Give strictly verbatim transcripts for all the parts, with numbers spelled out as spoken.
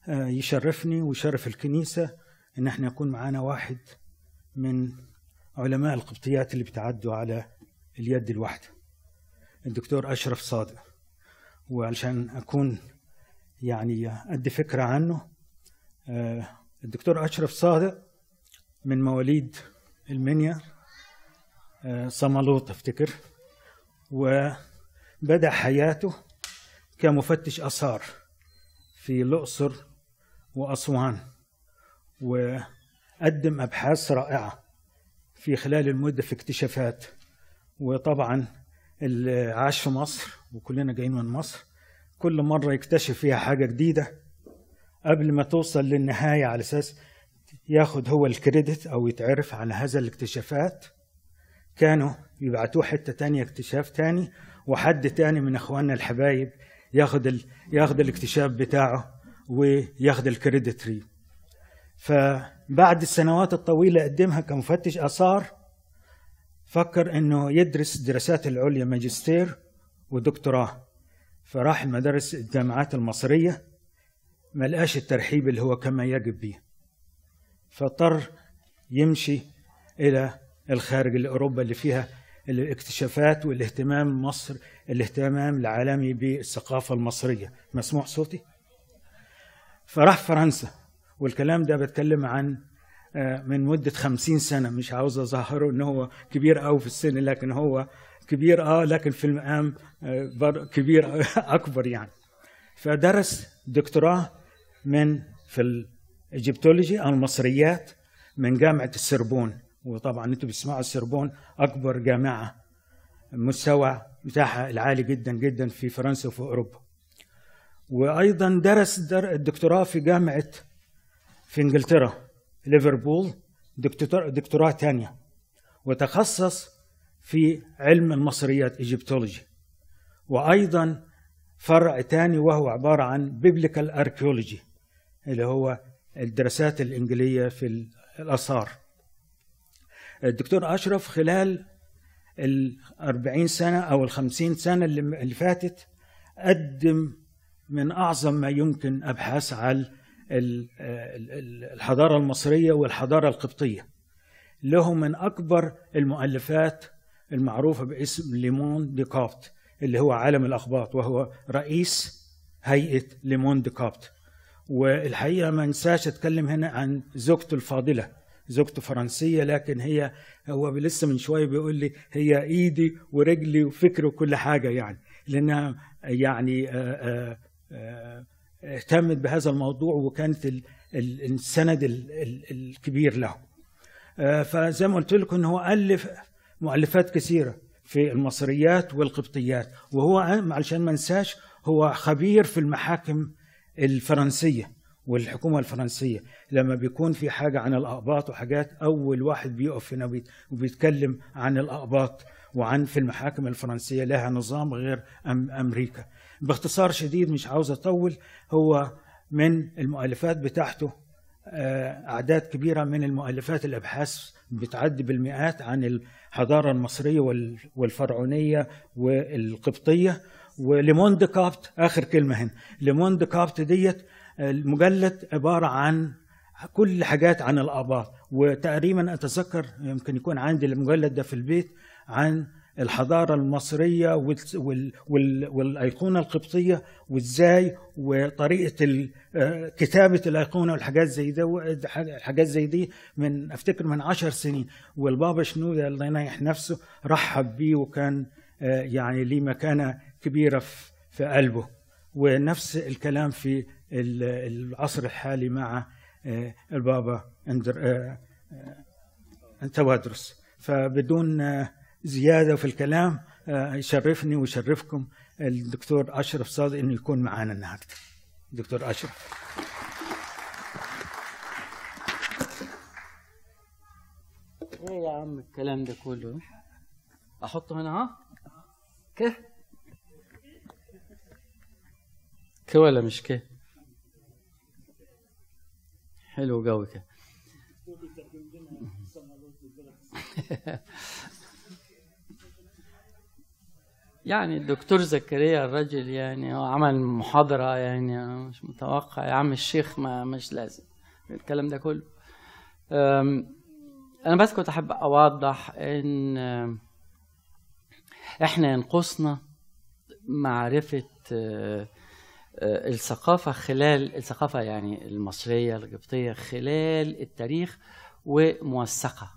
يشرفني ويشرف الكنيسة إن احنا يكون معانا واحد من علماء القبطيات اللي بتعدوا على اليد الواحدة، الدكتور أشرف صادق. وعشان أكون يعني أدي فكرة عنه، الدكتور أشرف صادق من مواليد المنيا، صمالوط أفتكر، وبدأ حياته كمفتش آثار في الأقصر وأسوان، وقدم أبحاث رائعة في خلال المدة في اكتشافات. وطبعا اللي عاش في مصر وكلنا جايين من مصر كل مرة يكتشف فيها حاجة جديدة قبل ما توصل للنهاية، على أساس ياخد هو الكريدت أو يتعرف على هذا الاكتشافات. كانوا يبعتوه حتة تانية اكتشاف تاني، وحد تاني من أخواننا الحبايب ياخد ال... ياخد الاكتشاف بتاعه وياخد الكريدت ليه. فبعد السنوات الطويلة قدمها كمفتش آثار، فكر إنه يدرس دراسات العليا ماجستير ودكتوراه، فراح المدارس الجامعات المصرية ما لقاش الترحيب اللي هو كما يجب به، فاضطر يمشي إلى الخارج لأوروبا اللي فيها الاكتشافات والاهتمام مصر الاهتمام العالمي بالثقافة المصرية. مسموع صوتي؟ فراح فرنسا، والكلام ده بتكلم عن من مدة خمسين سنة. مش عاوز أظهره إنه هو كبير أو في السن، لكن هو كبير آه لكن في المقام كبير أكبر يعني. فدرس دكتوراه من في الإيجيبتولوجي أو المصريات من جامعة السربون، وطبعا انتوا بتسمعوا السربون أكبر جامعة مستوى بتاعها العالي جدا جدا في فرنسا وفي أوروبا. وأيضا درس در الدكتوراه في جامعة في إنجلترا ليفربول، دكتوراه دكتوراه تانية، وتخصص في علم المصريات إيجيبتولوجي. وأيضا فرع تاني وهو عبارة عن بيبليكال أركيولوجي، اللي هو الدراسات الإنجيلية في الآثار. الدكتور أشرف خلال الأربعين سنة أو الخمسين سنة اللي فاتت قدم من أعظم ما يمكن أبحاث على الحضارة المصرية والحضارة القبطية. له من أكبر المؤلفات المعروفة باسم ليمون دي كابت، اللي هو عالم الأقباط، وهو رئيس هيئة ليمون دي كابت. والحقيقة ما ننساش أتكلم هنا عن زوجته الفاضلة، زوجته فرنسية، لكن هي هو لسه من شوية بيقول لي هي إيدي ورجلي وفكري وكل حاجة، يعني لأنها يعني آآ آآ اهتمت بهذا الموضوع وكانت السند الكبير له. فزي ما قلت لكم إن هو ألف مؤلفات كثيرة في المصريات والقبطيات، وهو علشان ما ننساش هو خبير في المحاكم الفرنسية والحكومة الفرنسية. لما بيكون في حاجة عن الأقباط وحاجات، أول واحد بيقف هنا وبيتكلم عن الأقباط وعن في المحاكم الفرنسية لها نظام غير أم أمريكا. باختصار شديد مش عاوز أطول، هو من المؤلفات بتاعته أعداد كبيرة من المؤلفات الأبحاث بتعدي بالمئات عن الحضارة المصرية والفرعونية والقبطية. وليمون دي كابت آخر كلمة هنا، ليمون دي كابت ديت المجلد عبارة عن كل حاجات عن الآباط، وتقريبا أتذكر يمكن يكون عندي المجلد ده في البيت عن الحضارة المصرية والأيقونة القبطية وإزاي وطريقة كتابة الأيقونة والحاجات زي ده حاجات زي دي من أفتكر من عشر سنين. والبابا شنودة الله ينيح نفسه رحب بيه، وكان يعني ليه مكانة كبيرة في قلبه. ونفس الكلام في العصر الحالي مع البابا توادرس. فبدون زيادة في الكلام يشرفني ويشرفكم الدكتور أشرف صادق إنه يكون معنا النهارده. دكتور أشرف. إيه يا عم الكلام ده كله؟ أحطه هنا ها؟ كه؟ كه ولا مش كه؟ حلو قوي كده. يعني الدكتور زكريا الراجل يعني هو عمل محاضرة، يعني مش متوقع يا عم الشيخ، ما مش لازم الكلام ده كله. أنا بس كنت أحب أوضح إن إحنا ينقصنا معرفة الثقافة خلال الثقافة يعني المصرية القبطية خلال التاريخ وموثقة.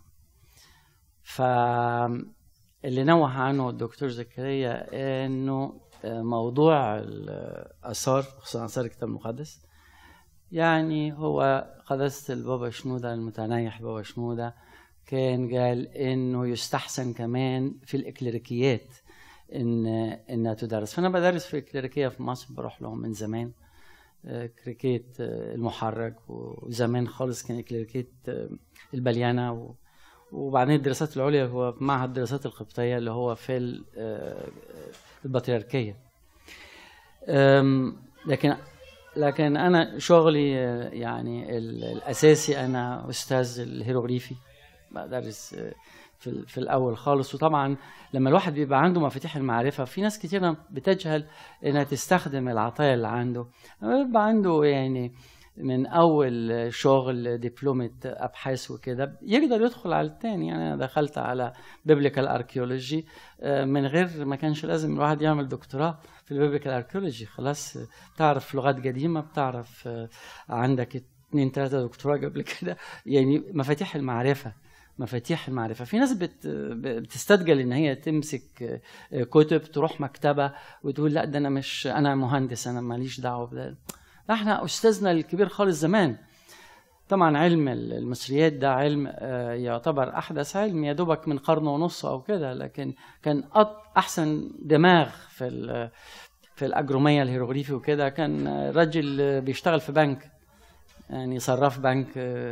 فاللي نوه عنه الدكتور زكريا إنه موضوع الآثار خصوصا آثار الكتاب المقدس، يعني هو قداسة البابا شنودة المتنيح بابا شنودة كان قال إنه يستحسن كمان في الإكليريكيات إن إنها تدرس. فأنا بدرس في الكليريكية في مصر، بروح لهم من زمان، كليريكية المحرج، وزمان خالص كان كليريكية البليانة، وبعدين الدراسات العليا هو في معهد الدراسات القبطية اللي هو في البطريركية. لكن لكن أنا شغلي يعني الأساسي أنا أستاذ الهيروغليفي، بدرس في في الأول خالص. وطبعا لما الواحد بيبقى عنده مفاتيح المعرفة، في ناس كتيرة بتجهل إنها تستخدم العطايا اللي عنده. بيبقى عنده يعني من أول شغل دبلومة أبحاث وكده يقدر يدخل على التاني. يعني أنا دخلت على بيبليكال أركيولوجي من غير ما كانش لازم الواحد يعمل دكتوراه في البيبليكال أركيولوجي، خلاص بتعرف لغات قديمة، بتعرف عندك اتنين تلاتة دكتوراه قبل كده. يعني مفاتيح المعرفة مفاتيح المعرفة. في ناس بت بتستدجل ان هي تمسك كتب، تروح مكتبة وتقول لا ده انا مش انا مهندس، انا ماليش دعوة بده. احنا استاذنا الكبير خالص زمان، طبعا علم المصريات ده علم يعتبر احدث علم، يا دوبك من قرن ونص او كده، لكن كان احسن دماغ في في الاجرومية الهيروغليفي وكده. كان راجل بيشتغل في بنك، يعني صراف بنك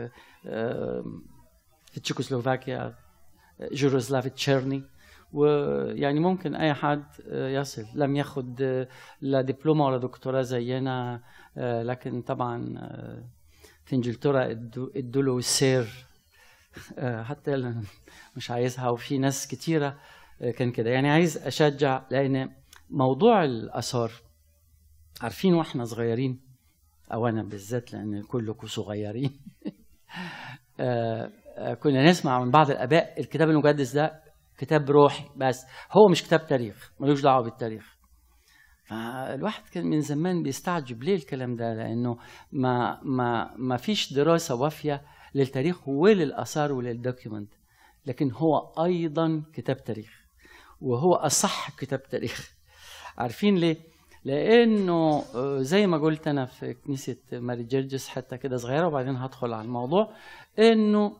في تشيكوسلوفاكيا، جوروسلافيا تشيرني، ويعني ممكن اي حد يصل. لم ياخد لا دبلومه ولا دكتوراه زينا، لكن طبعا في انجلترا ادوا له السير حتى مش عايزها، وفي ناس كتيره كان كده. يعني عايز اشجع، لان موضوع الاثار عارفين واحنا صغيرين، او انا بالذات لان كلكم صغيرين كنا نسمع من بعض الآباء الكتاب المقدس ده كتاب روحي، بس هو مش كتاب تاريخ، ملوش دعوة بالتاريخ. فالواحد كان من زمان بيستعجب ليه الكلام ده، لأنه ما ما ما فيش دراسة وافية للتاريخ وللآثار وللدوكيومنت، لكن هو أيضا كتاب تاريخ، وهو أصح كتاب تاريخ. عارفين ليه؟ لأنه زي ما قلت أنا في كنيسة ماري جرجس حتى كده صغيرة، وبعدين هدخل على الموضوع، إنه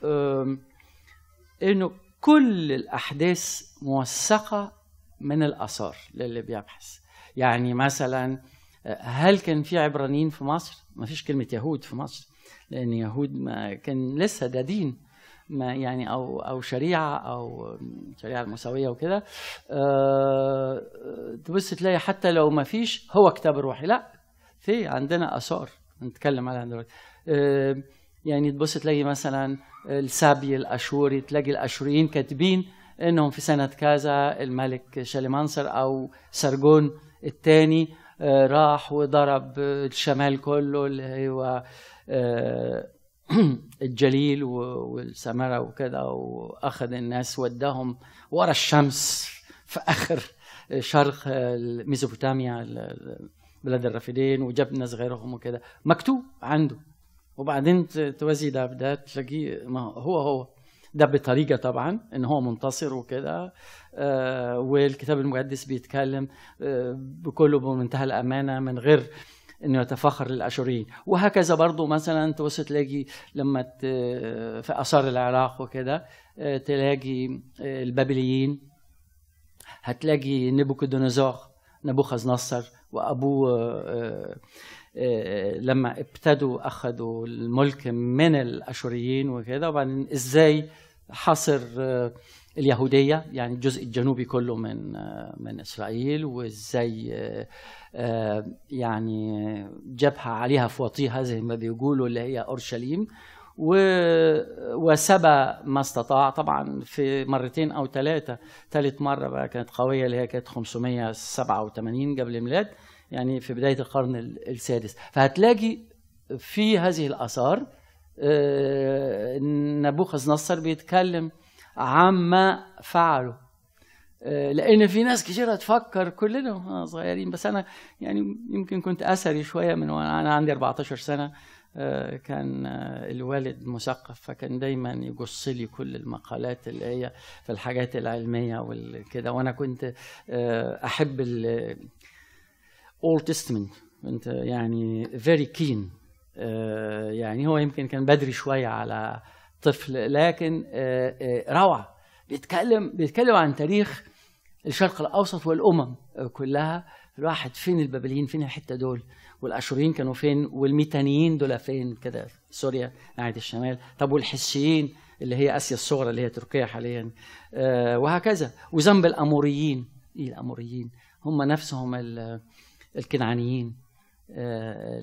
إنه كل الأحداث موثقة من الآثار للي بيبحث. يعني مثلا هل كان في عبرانيين في مصر؟ ما فيش كلمة يهود في مصر، لأن يهود ما كان لسه ده دين، ما يعني أو أو شريعة أو شريعة المساوية وكده. أه تبص تلاقي حتى لو ما فيش هو كتاب روحي، لا، في عندنا آثار نتكلم عليها دلوقتي. أه يعني تبص تلاقي مثلا السابي الأشوري، تلاقي الأشوريين كاتبين إنهم في سنة كذا الملك شاليمانسر أو سرجون الثاني أه راح وضرب الشمال كله اللي هو أه الجليل والسمرة وكده، وأخذ الناس وداهم ورا الشمس في آخر شرق ميزوبوتاميا بلاد الرافدين، وجاب ناس غيرهم وكده، مكتوب عنده. وبعدين توازي ده ده تلاقيه ما هو هو ده بطريقة طبعا إن هو منتصر وكده. آه والكتاب المقدس بيتكلم آه بكله بمنتهى الأمانة من غير انه يتفاخر للاشوريين. وهكذا برضو مثلا توصل تلاقي لما في اثار العراق وكده تلاقي البابليين، هتلاقي نبوكدنزار نبوخذ نصر وابوه لما ابتدوا اخذوا الملك من الاشوريين وكده، وبعدين ازاي حصر اليهودية يعني الجزء الجنوبي كله من من إسرائيل، وإزاي يعني جبهة عليها في وطيها زي ما بيقولوا اللي هي أورشليم، وسبى ما استطاع طبعا في مرتين او ثلاثه. ثالث مره بقى كانت قويه اللي هي كانت خمسمائة وسبعة وثمانين قبل الميلاد، يعني في بدايه القرن السادس. فهتلاقي في هذه الاثار نبوخذ نصر بيتكلم عما فعله، لان في ناس كتير تفكر كلنا صغيرين، بس انا يعني يمكن كنت اثري شويه من وانا عندي أربعتاشر سنه. كان الوالد مثقف، فكان دايما يجص لي كل المقالات اللي هي في الحاجات العلميه والكده، وانا كنت احب ال Old Testament، كنت يعني very keen. يعني هو يمكن كان بدري شويه على طفل، لكن روعه. بيتكلم بيتكلم عن تاريخ الشرق الاوسط والامم كلها. الواحد فين البابليين، فين الحته دول، والاشوريين كانوا فين، والميتانيين دول فين كده، سوريا ناحيه الشمال، طب والحسيين اللي هي اسيا الصغرى اللي هي تركيا حاليا، آه وهكذا. وذنب الاموريين، ايه الاموريين؟ هم نفسهم الكنعانيين، آه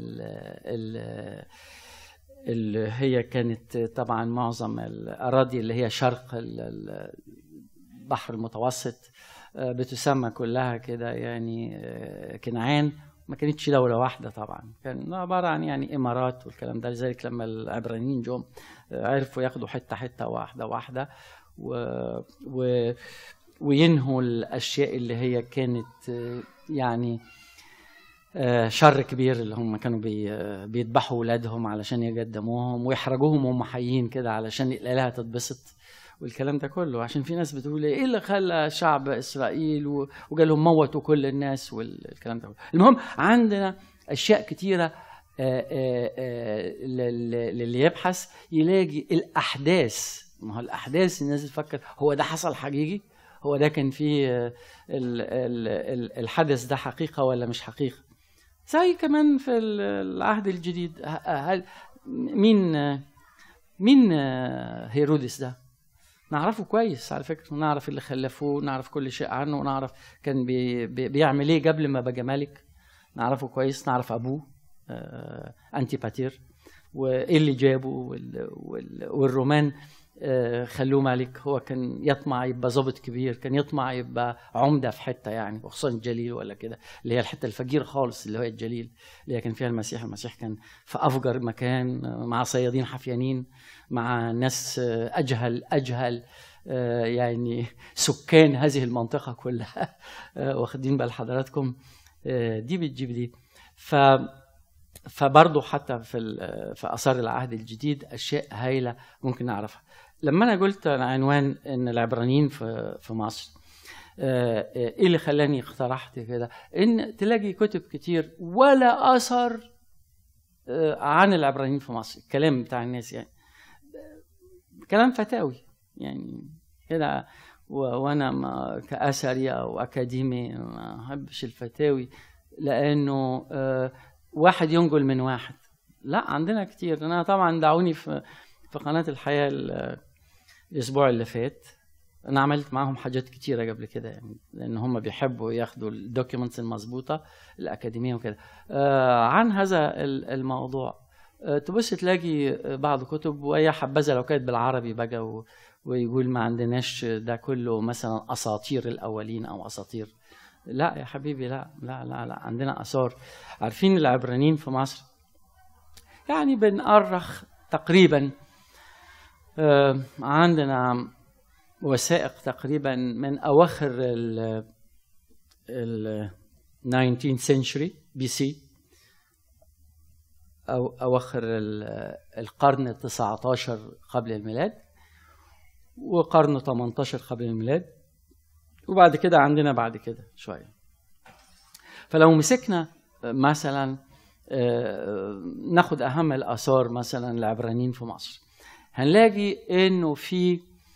اللي هي كانت طبعا معظم الاراضي اللي هي شرق البحر المتوسط بتسمى كلها كده يعني كنعان. ما كانتش دولة واحدة طبعا، كان عبارة عن يعني إمارات والكلام ده. لذلك لما العبرانيين جم عرفوا ياخدوا حتة حتة واحدة واحدة و... و... وينهوا الأشياء اللي هي كانت يعني شر كبير، اللي هم كانوا بي... بيذبحوا أولادهم علشان يقدموهم ويحرجوهم وهم حيين كده علشان الآلهة تتبسط والكلام ده كله. عشان في ناس بتقول ايه اللي خلى شعب اسرائيل وقال لهم موتوا كل الناس والكلام ده كله. المهم عندنا اشياء كتيره للي يبحث يلاقي الاحداث. ما هو الاحداث الناس تفكر هو ده حصل حقيقي، هو ده كان فيه الحدث ده حقيقه ولا مش حقيقه. زي كمان في العهد الجديد، هل مين مين هيرودس ده؟ نعرفه كويس على فكرة، ونعرف اللي خلفوه، نعرف كل شيء عنه، ونعرف كان بي بي بيعمل ايه قبل ما بقى ملك. نعرفه كويس، نعرف ابوه آه انتيباتير وايه اللي جابه، وال وال والرومان آه خلوه ملك. هو كان يطمع يبقى ضابط كبير، كان يطمع يبقى عمدة في حتة يعني، وخصوصا الجليل ولا كده، اللي هي الحتة الفقيرة خالص اللي هو الجليل اللي هي كان فيها المسيح. المسيح كان في أفجر مكان مع صيادين حفيانين، مع ناس أجهل أجهل يعني سكان هذه المنطقة كلها. واخدين بال حضراتكم؟ دي بتجيب دي. ف فبرضه حتى في في آثار العهد الجديد أشياء هايلة ممكن نعرفها. لما أنا قلت عنوان إن العبرانيين في في مصر، إيه اللي خلاني اقترحت كده؟ إن تلاقي كتب كتير ولا أثر عن العبرانيين في مصر، الكلام بتاع الناس يعني كلام فتاوي يعني كده. وانا كأثري او اكاديمي ما احبش الفتاوي، لانه واحد ينقل من واحد. لا، عندنا كتير. انا طبعا دعوني في في قناة الحياة الاسبوع اللي فات، انا عملت معاهم حاجات كتيرة قبل كده يعني، لان هم بيحبوا ياخدوا الدوكيومنتس المظبوطة الاكاديمية وكده عن هذا الموضوع. تبص تلاقي بعض كتب، وهي حبذا لو كانت بالعربي بقى، و... ويقول ما عندناش ده كله مثلا اساطير الاولين او اساطير. لا يا حبيبي، لا لا لا لا، عندنا اثار. عارفين العبرانيين في مصر يعني بنأرخ تقريبا، آه عندنا وثائق تقريبا من اواخر ال ال nineteenth century بي سي، أو أواخر القرن التسعة عشر قبل الميلاد، وقرن ثمانية عشر قبل الميلاد، وبعد كده عندنا بعد كده شوية. فلو مسكنا مثلا ناخد أهم الآثار مثلا العبرانيين في مصر، هنلاقي إنه في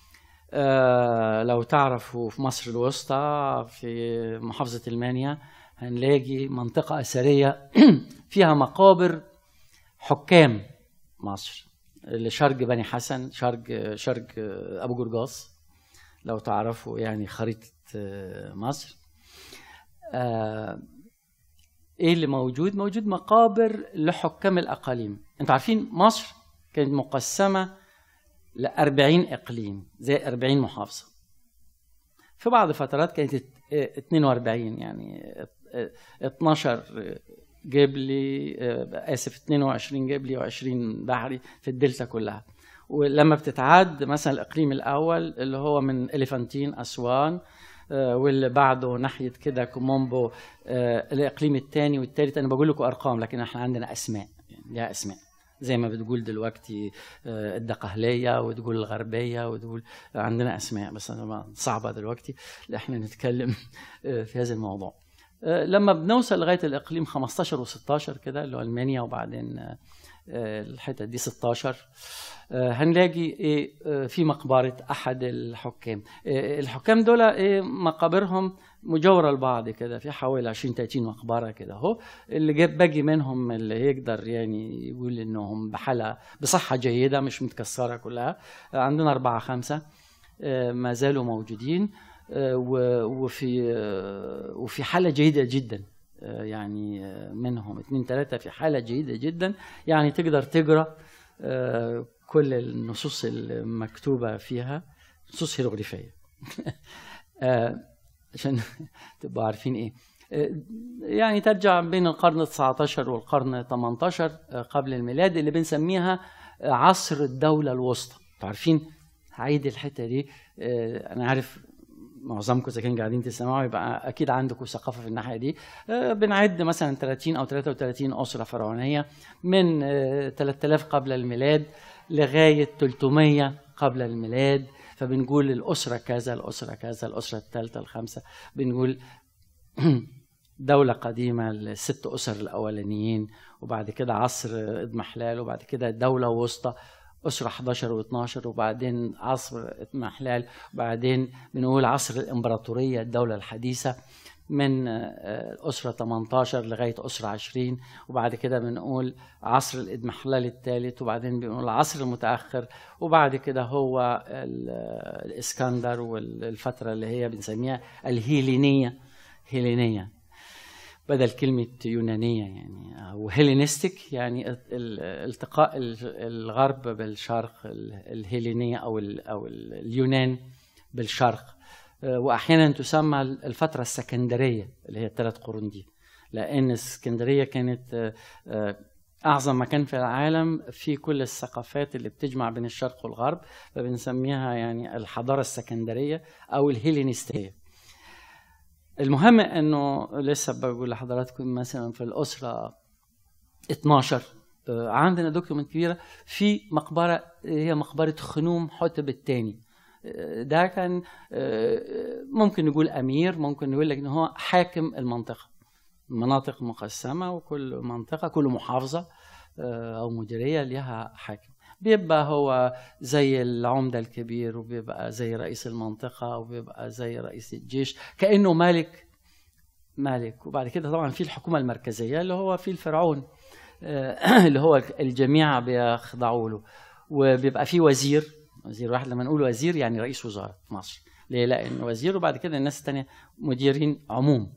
لو تعرفوا في مصر الوسطى في محافظة المانيا هنلاقي منطقة أثرية فيها مقابر حكام مصر، اللي شرق بني حسن، شرق شرق ابو جرجاس لو تعرفوا يعني خريطة مصر. آه ايه اللي موجود؟ موجود مقابر لحكام الاقاليم. انتوا عارفين مصر كانت مقسمة لأربعين إقليم زي أربعين محافظة. في بعض الفترات كانت اتنين وأربعين، يعني اتناشر جبلي، آسف اتنين وعشرين جبلي وعشرين بحري في الدلتا كلها. ولما بتتعاد مثلا الإقليم الأول اللي هو من إليفانتين أسوان، واللي بعده ناحية كده كومومبو الإقليم الثاني والثالث، أنا بقول لكم أرقام لكن احنا عندنا أسماء، يعني لها أسماء زي ما بتقول دلوقتي الدقهلية وتقول الغربية وتقول عندنا أسماء، بس صعبة دلوقتي احنا نتكلم في هذا الموضوع. لما بنوصل لغاية الإقليم خمستاشر وستاشر كده اللي هو المنيا، وبعدين الحتة دي ستاشر، هنلاقي ايه في مقبرة أحد الحكام. الحكام دول ايه مقابرهم مجاورة لبعض كده، في حوالي عشرين تلاتين مقبرة كده اهو، اللي جاب باقي منهم اللي يقدر يعني يقول انهم بحالة بصحة جيدة مش متكسرة كلها، عندنا أربعة خمسة ما زالوا موجودين وفي وفي حالة جيدة جدا، يعني منهم اثنين ثلاثة في حالة جيدة جدا، يعني تقدر تقرأ كل النصوص المكتوبة فيها، نصوص هيروغليفية عشان تبقوا عارفين ايه. يعني ترجع بين القرن التسعتاشر والقرن تمنتاشر قبل الميلاد، اللي بنسميها عصر الدولة الوسطى. عارفين هعيد الحتة دي، انا عارف معظمكم اذا كانوا قاعدين تسمعوا يبقى اكيد عندكم ثقافه في الناحيه دي. بنعد مثلا ثلاثين او ثلاثة وثلاثين اسره فرعونيه من ثلاثة آلاف قبل الميلاد لغايه ثلاثمية قبل الميلاد، فبنقول الاسره كذا الاسره كذا الاسره الثالثه الخامسه، بنقول دوله قديمه الست اسر الاولانيين، وبعد كده عصر اضمحلال، وبعد كده دوله وسطى أسرة حداشر واثناشر، وبعدين عصر اضمحلال، وبعدين بنقول عصر الإمبراطورية الدولة الحديثة من أسرة تمنتاشر لغاية أسرة عشرين، وبعد كده بنقول عصر الإضمحلال الثالث، وبعدين بنقول العصر المتأخر، وبعد كده هو الإسكندر والفترة اللي هي بنسميها الهيلينية، هيلينية بدل كلمة يونانية يعني، أو هيلينستيك يعني التقاء الغرب بالشرق، الهيلينية أو أو اليونان بالشرق. وأحيانا تسمى الفترة السكندرية اللي هي الثلاث قرون دي، لأن السكندرية كانت أعظم مكان في العالم في كل الثقافات اللي بتجمع بين الشرق والغرب، فبنسميها يعني الحضارة السكندرية أو الهيلينستية. المهم انه لسه بقول لحضراتكم مثلا في الاسره اتناشر عندنا دوكيومنت كبيره في مقبره هي مقبره خنوم حتب الثاني. ده كان ممكن نقول امير، ممكن نقول لك ان هو حاكم المنطقه، مناطق مقسمه وكل منطقه كل محافظه او مديريه لها حاكم، بيبقى هو زي العمدة الكبير، وبيبقى زي رئيس المنطقة، وبيبقى زي رئيس الجيش، كأنه مالك مالك. وبعد كده طبعا في الحكومة المركزية اللي هو في الفرعون اللي هو الجميع بيخضعوا له، وبيبقى في وزير وزير واحد. لما نقول وزير يعني رئيس وزارة في مصر، ليه؟ لأن وزير وبعد كده الناس التانية مديرين عموم.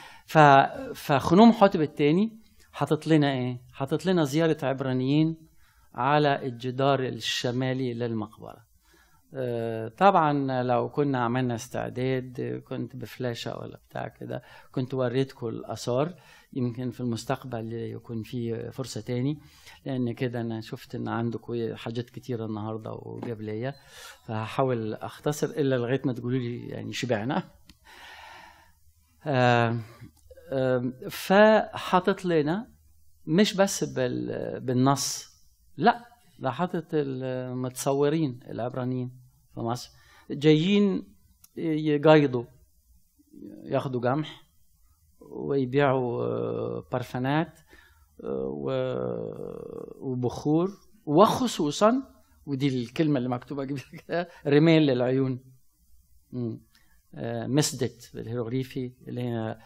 فخنوم حتب الثاني حطت لنا ايه؟ حطت لنا زيارة عبرانيين على الجدار الشمالي للمقبرة. طبعا لو كنا عملنا استعداد كنت بفلاشة ولا بتاع كده كنت وريتكم الآثار، يمكن في المستقبل يكون في فرصة تاني، لأن كده أنا شفت أن عندكم حاجات كتيرة النهاردة وجبلية، فهحاول أختصر إلا لغاية ما تقولوا لي يعني شبعنا. فحطت لنا مش بس بالنص، لا ده حاطط المتصورين العبرانيين في مصر جايين يقايضوا، ياخدوا قمح ويبيعوا برفانات وبخور، وخصوصا ودي الكلمة اللي مكتوبة كده رمال للعيون، مسدت بالهيروغليفي اللي هي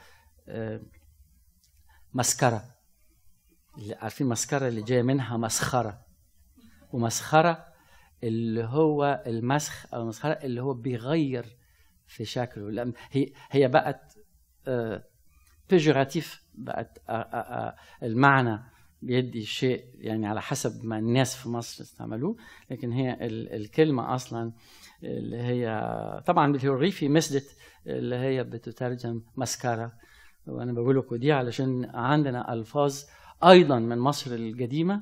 مسكرة. عارفين مسكرة اللي جاية منها مسخرة، ومسخرة اللي هو المسخ أو المسخرة اللي هو بيغير في شكله. هي هي بقت بيجوراتيف، بقت المعنى بيدي شيء يعني على حسب ما الناس في مصر استعملوه، لكن هي الكلمة أصلا اللي هي طبعا بالهيروغليفي مسدت اللي هي بتترجم مسكرة. وأنا بقول لكم دي علشان عندنا ألفاظ أيضا من مصر القديمة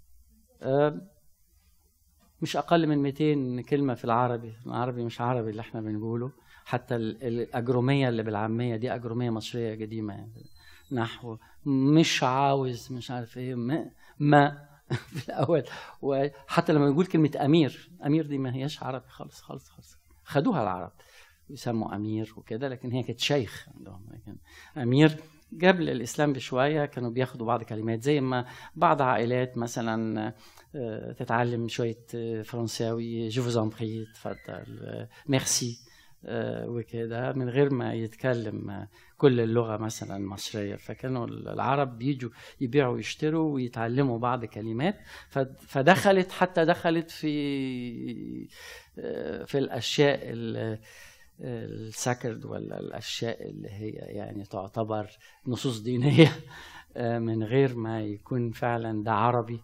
مش أقل من مئتين كلمة في العربي. العربي مش عربي اللي احنا بنقوله، حتى الأجرومية اللي بالعامية دي أجرومية مصرية قديمة يعني. نحو مش عاوز مش عارف ايه ما, ما في الأول. وحتى لما نقول كلمة أمير، أمير دي ما هيش عربي خالص خالص خالص، خدوها العرب يسموا أمير وكده، لكن هي كانت شيخ عندهم. لكن أمير قبل الإسلام بشوية كانوا بياخدوا بعض كلمات، زي ما بعض عائلات مثلا تتعلم شوية فرنساوي، جو فوز ان بري، تفضل، ميرسي وكده، من غير ما يتكلم كل اللغة مثلا مصرية. فكانوا العرب بيجوا يبيعوا ويشتروا ويتعلموا بعض كلمات، فدخلت حتى دخلت في في الأشياء الساكرد ولا الأشياء اللي هي يعني تعتبر نصوص دينية من غير ما يكون فعلا ده عربي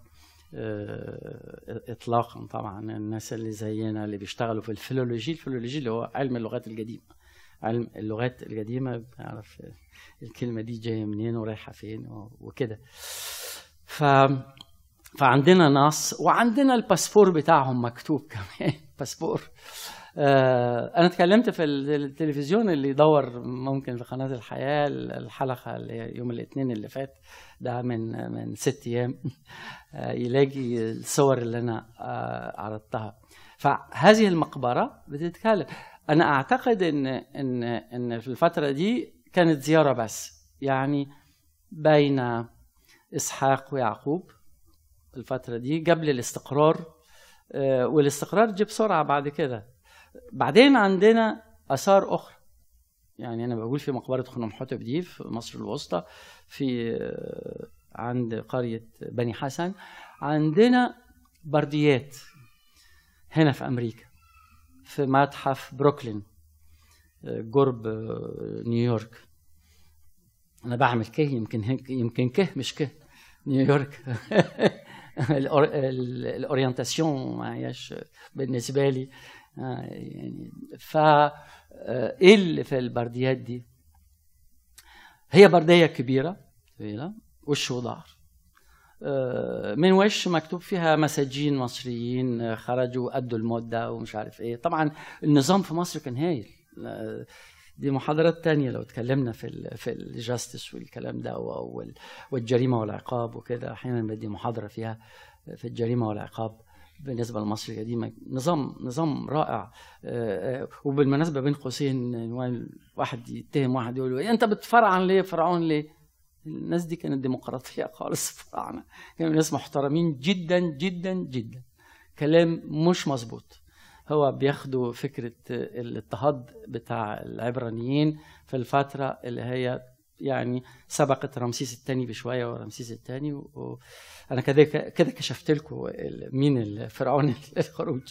اطلاقا. طبعا الناس اللي زينا اللي بيشتغلوا في الفيلولوجي، الفيلولوجي اللي هو علم اللغات القديمة، علم اللغات القديمة بيعرف الكلمة دي جاية منين ورايحة فين وكده. ف فعندنا نص، وعندنا الباسبور بتاعهم مكتوب كمان باسبور. آه أنا تكلمت في التلفزيون اللي يدور ممكن في قناة الحياة الحلقة اللي يوم الاثنين اللي فات ده من من ست أيام آه يلاقي الصور اللي أنا آه عرضتها. فهذه المقبرة بتتكلم. أنا أعتقد إن إن إن في الفترة دي كانت زيارة بس، يعني بين إسحاق ويعقوب الفترة دي قبل الاستقرار، آه والاستقرار جه بسرعة بعد كده. بعدين عندنا آثار أخرى، يعني أنا بقول في مقبرة خنومحتب دي في مصر الوسطى، في عند قرية بني حسن، عندنا برديات هنا في أمريكا في متحف بروكلين قرب نيويورك. أنا بعمل كه يمكن يمكن كه مش كه نيويورك الأورينتاسيون ما هياش بالنسبة لي آه يعني. فا ايه اللي في البرديات دي؟ هي برديه كبيره طويله وش وظهر، آه من وش مكتوب فيها مساجين مصريين خرجوا أدوا المده ومش عارف ايه. طبعا النظام في مصر كان هايل، دي محاضرات تانية لو اتكلمنا في ال في الجاستس والكلام ده والجريمه والعقاب وكده. احيانا بدي محاضره فيها في الجريمه والعقاب بالنسبة لمصر القديمة. نظام نظام رائع. وبالمناسبة بين قوسين واحد يتهم واحد يقول له أنت بتفرعن ليه فرعون ليه؟ الناس دي كانت ديمقراطية خالص، فراعنة كانوا ناس محترمين جدا جدا جدا. كلام مش مظبوط. هو بياخدوا فكرة الاضطهاد بتاع العبرانيين في الفترة اللي هي يعني سبقت رمسيس الثاني بشويه ورمسيس الثاني، وانا كده كده كشفت لكم مين الفرعون الخروج.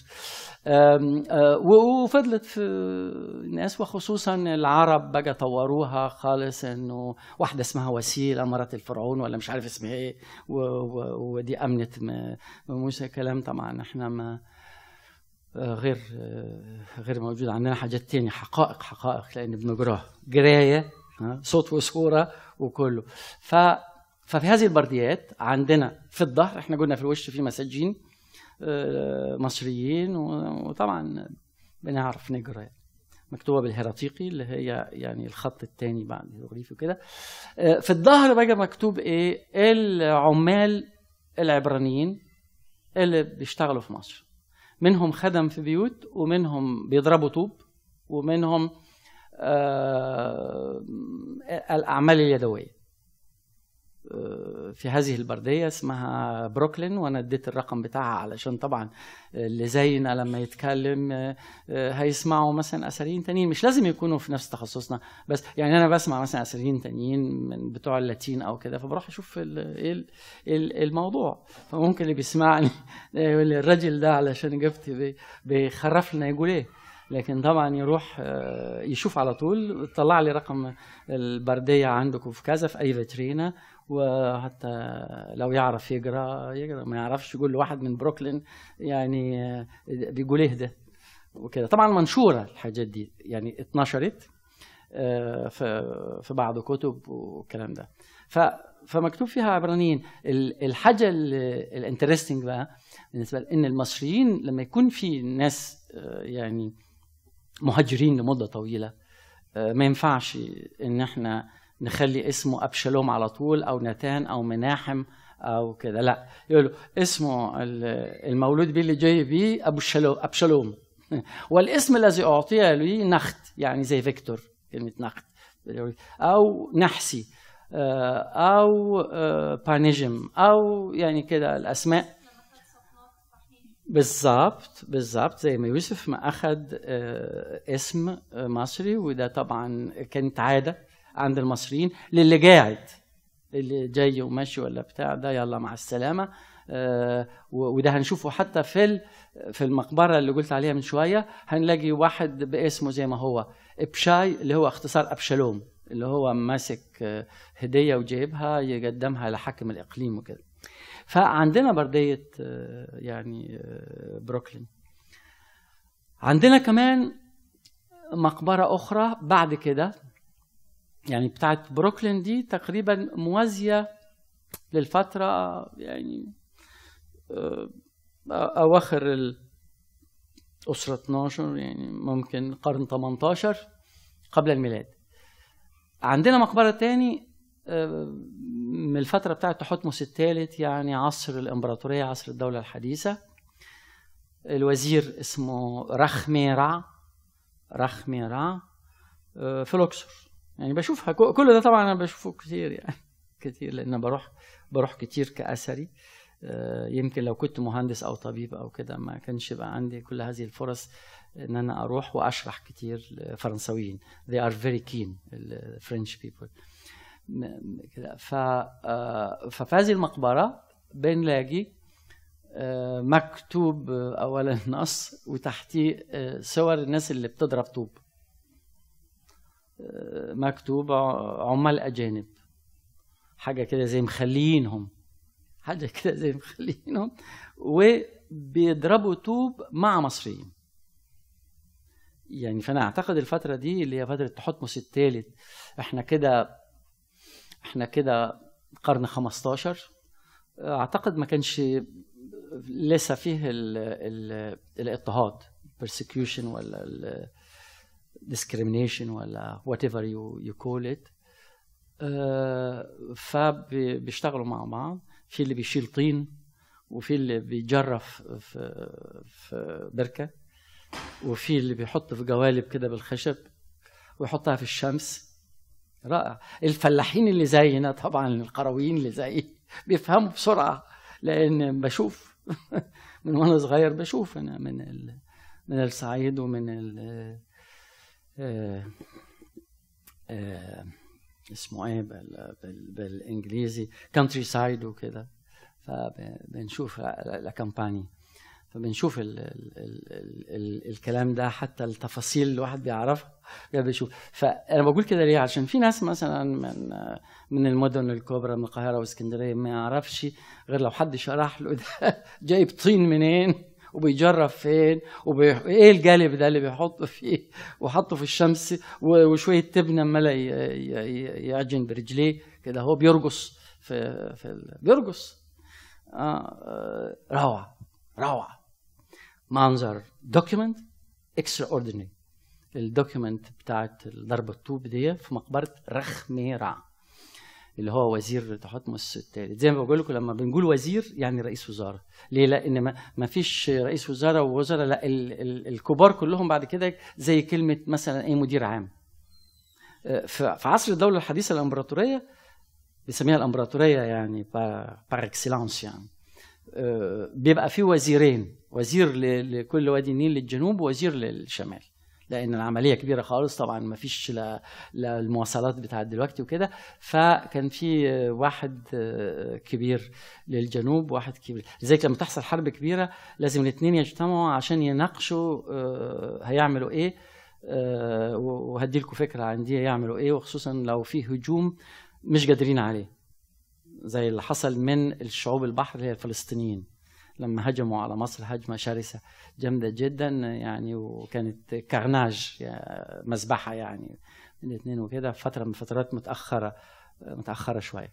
وفضلت في الناس وخصوصا العرب بقى طوروها خالص، انه واحده اسمها وسيله مرات الفرعون ولا مش عارف اسمها ايه، ودي امنت موسى. كلام طبعا احنا ما غير غير موجود عندنا. حاجات تانية حقائق حقائق لان بنقراها قرايه صوت وصورة وكله. ف... ففي هذه البرديات عندنا في الظهر، احنا قلنا في الوش في مساجين مصريين، وطبعا بنعرف نقرا يعني. مكتوبة بالهيراتيقي اللي هي يعني الخط الثاني بعد الهيروغليفي وكده. في الظهر بقى مكتوب ايه؟ العمال العبرانيين اللي بيشتغلوا في مصر، منهم خدم في بيوت، ومنهم بيضربوا طوب، ومنهم آه الأعمال اليدوية. آه في هذه البردية اسمها بروكلين، وأنا اديت الرقم بتاعها علشان طبعا اللي زينا لما يتكلم آه هيسمعوا مثلا أثريين تانيين، مش لازم يكونوا في نفس تخصصنا، بس يعني أنا بسمع مثلا أثريين تانيين من بتوع اللاتين أو كده، فبروح أشوف ايه الموضوع. فممكن اللي بيسمعني يقول الراجل ده علشان جبت بيخرف لنا يقول ايه، لكن طبعا يروح يشوف على طول، طلع لي رقم البردية عندكم في كذا في أي فيترينا، وحتى لو يعرف يقرا يقرا، ما يعرفش يقول لواحد من بروكلين يعني بيقول ايه ده وكده. طبعا منشوره الحاجات دي، يعني اتنشرت في في بعض كتب والكلام ده. ف فمكتوب فيها عبرانيين. الحاجه الانترستنج بقى بالنسبه لان المصريين لما يكون في ناس يعني مهاجرين لمده طويله، ما ينفعش ان احنا نخلي اسمه ابشالوم على طول او نتان او مناحم او كده، لا، يقولوا اسمه المولود بيه اللي جاي بيه ابو شالوم ابشالوم والاسم الذي اعطي له نخت، يعني زي فيكتور كلمه نخت، او نحسي او بانيجم او يعني كده الاسماء بالظبط بالظبط زي ما يوسف ما اخذ اسم مصري. وده طبعا كانت عاده عند المصريين للي قاعد، اللي جاي وماشي ولا بتاع ده يلا مع السلامه. وده هنشوفه حتى في في المقبره اللي قلت عليها من شويه، هنلاقي واحد باسمه زي ما هو ابشاي اللي هو اختصار ابشالوم، اللي هو ماسك هديه وجايبها يقدمها لحاكم الاقليم وكده. فعندنا برديه يعني بروكلين. عندنا كمان مقبره اخرى بعد كده، يعني بتاعت بروكلين دي تقريبا موازيه للفتره يعني اواخر الاسره اثناشر، يعني ممكن قرن ثمانية عشر قبل الميلاد. عندنا مقبره تاني من الفتره بتاعت تحتمس الثالث، يعني عصر الامبراطوريه، عصر الدوله الحديثه. الوزير اسمه رخميرع رخميرع في الاقصر. يعني بشوفها كل ده طبعا انا بشوفه كتير، يعني كتير لان بروح بروح كتير كاثري. يمكن لو كنت مهندس او طبيب او كده ما كانش بقى عندي كل هذه الفرص ان انا اروح واشرح كتير لفرنساويين. they are very keen the French people كده. ف ففي هذه المقبره بنلاقي مكتوب اولا نص وتحتيه صور الناس اللي بتضرب طوب، مكتوب عمال اجانب، حاجه كده زي مخليينهم حاجه كده زي مخليينهم وبيضربوا طوب مع مصريين. يعني فانا اعتقد الفتره دي اللي هي فتره تحتمس الثالث، احنا كده احنا كده قرن خمسة عشر، اعتقد ما كانش لسه فيه ال ال الاضطهاد persecution ولا ال discrimination ولا whatever you, you call it. uh, فبيشتغلوا مع بعض، في اللي بيشيل طين وفي اللي بيجرف في في بركه وفي اللي بيحط في قوالب كده بالخشب ويحطها في الشمس. رائع. الفلاحين اللي زينا طبعا، القرويين اللي زي بيفهموا بسرعه، لان بشوف من وانا صغير بشوف انا من من الصعيد ومن ال آه آه اسمه ايه بال بالانجليزي كانتري سايد وكده. فبنشوف لا كامباني، فبنشوف ال ال ال ال الكلام ده، حتى التفاصيل الواحد بيعرفها بيشوف. فانا بقول كده ليه؟ عشان في ناس مثلا من من المدن الكبرى من القاهره واسكندريه ما يعرفش غير لو حد شرح له ده جايب طين منين وبيجرب فين وايه الجالب ده اللي بيحطه فيه وحطه في الشمس وشويه تبنه عمال يعجن برجليه كده، هو بيرقص في في بيرقص. اه روعه روعه. منظر دوكيمنت اكستراوردينري. الدوكيمنت بتاعت ضرب الطوب دي في مقبره رخميرع اللي هو وزير تحتمس الثالث. زي ما بقول لكم لما بنقول وزير يعني رئيس وزاره. ليه؟ لان ما, ما فيش رئيس وزاره ووزراء، لا ال ال الكبار كلهم بعد كده زي كلمه مثلا ايه مدير عام. في عصر الدوله الحديثه الامبراطوريه بيسميها الامبراطوريه يعني بار اكسلانس، يعني بيبقى في وزيرين، وزير لكل وادي النيل للجنوب ووزير للشمال، لان العمليه كبيره خالص طبعا، ما فيش لا المواصلات بتاعت دلوقتي وكده. فكان في واحد كبير للجنوب وواحد كبير، لذلك لما تحصل حرب كبيره لازم الاثنين يجتمعوا عشان يناقشوا هيعملوا ايه. وهدي لكم فكره عن دي يعملوا ايه، وخصوصا لو في هجوم مش قادرين عليه. زي اللي حصل من الشعوب البحر اللي هي الفلسطينيين لما هجموا على مصر هجمة شرسة جامدة جدا يعني، وكانت كارناج يعني مذبحة يعني من الاثنين وكده، فترة من فترات متأخرة متأخرة شوية.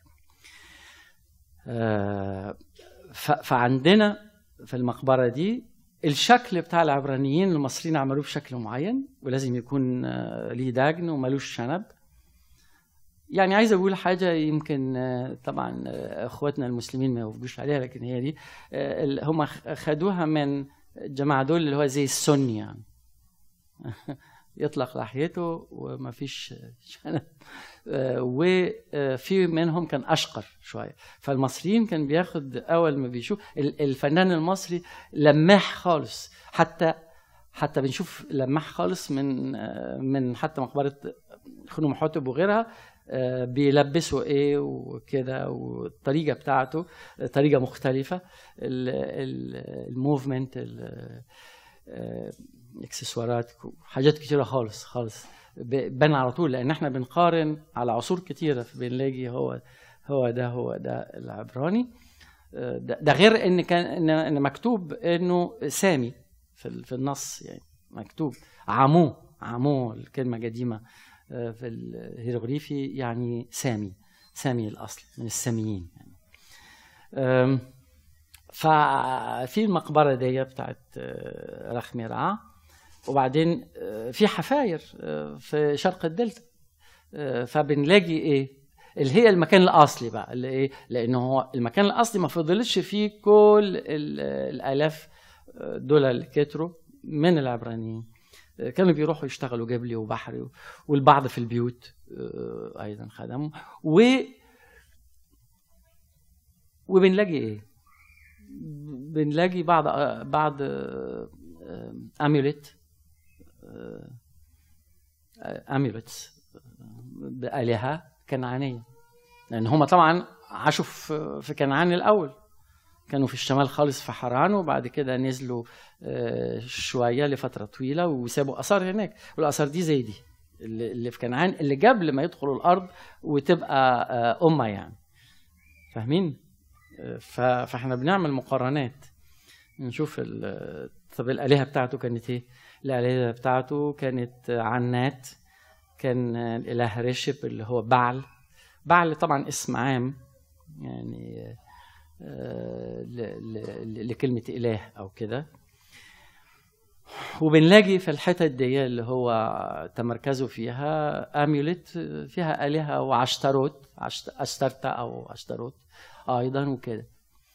فعندنا في المقبرة دي الشكل بتاع العبرانيين المصريين عملوه بشكل معين، ولازم يكون ليه دجن وملوش شنب. يعني عايز اقول حاجه يمكن طبعا اخواتنا المسلمين ما يوافقوش عليها، لكن هي دي هم خدوها من الجماعه دول اللي هو زي السني يعني يطلق لحيته وما فيش شنب، وفي منهم كان اشقر شويه. فالمصريين كان بياخد اول ما بيشوف الفنان المصري لماح خالص، حتى حتى بنشوف لماح خالص من من حتى مقبره خنوم حتب وغيرها بيلبسوا ايه وكده، والطريقه بتاعته طريقه مختلفه، الموفمنت الاكسسوارات حاجات كتيره خالص خالص بان على طول، لان احنا بنقارن على عصور كتيره فبنلاقي هو هو ده هو ده العبراني. ده غير ان كان ان مكتوب انه سامي في في النص، يعني مكتوب عمو عمو الكلمه قديمه في الهيروغليفي يعني سامي سامي الاصل من الساميين يعني. ففي المقبره دي بتاعت رخميرع، وبعدين في حفاير في شرق الدلتا، فبنلاقي ايه اللي هي المكان الاصلي بقى اللي ايه، لانه هو المكان الاصلي ما فضلش فيه كل الالاف دول اللي كتروا من العبرانيين، كانوا بيروحوا يشتغلوا جبلي وبحري، والبعض في البيوت ايضا خدموا. و وبنلاقي ايه، بنلاقي بعض بعض اميوليت اميوليتس بآلهة كنعانية، لان هم طبعا عاشوا في كنعان الاول، كانوا في الشمال خالص في حران، وبعد كده نزلوا شويه لفتره طويله وسابوا اثار هناك، والاثار دي زي دي اللي في كنعان اللي قبل ما يدخلوا الارض وتبقى امه يعني، فاهمين؟ فاحنا بنعمل مقارنات نشوف طب الالهه بتاعته كانت ايه. الالهه بتاعته كانت عنات، كان الاله رشب اللي هو بعل. بعل طبعا اسم عام يعني لكلمة إله أو كده. وبنلاقي في الحتة دي اللي هو تمركزوا فيها أميوليت فيها آلهة وعشتروت، أشترتا أو عشتروت أيضا وكده.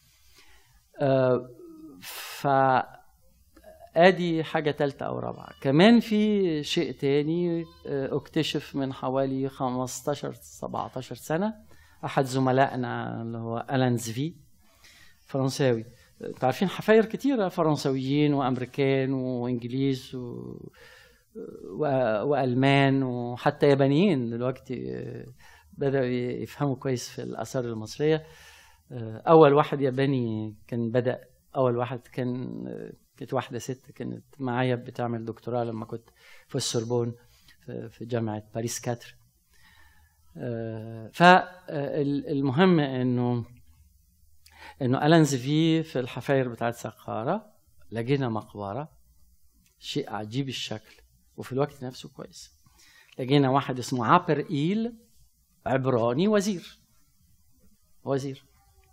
فأدي حاجة تالتة أو رابعة. كمان في شيء تاني اكتشف من حوالي خمستاشر سبعتاشر سنة، أحد زملائنا اللي هو ألان زفي فرنساوي. انتوا عارفين حفاير كتيرة فرنساويين وأمريكان وإنجليز و... و... وألمان وحتى يابانيين دلوقتي بدأوا يفهموا كويس في الآثار المصرية. أول واحد ياباني كان بدأ، أول واحد كان كانت واحدة ست كانت معايا بتعمل دكتوراه لما كنت في السوربون في جامعة باريس كاتر. فالمهم إنه إنه ألان زفي في الحفاير بتاعت سقارة لقينا مقبرة شيء عجيب الشكل وفي الوقت نفسه كويس. لقينا واحد اسمه عابر إيل عبراني وزير وزير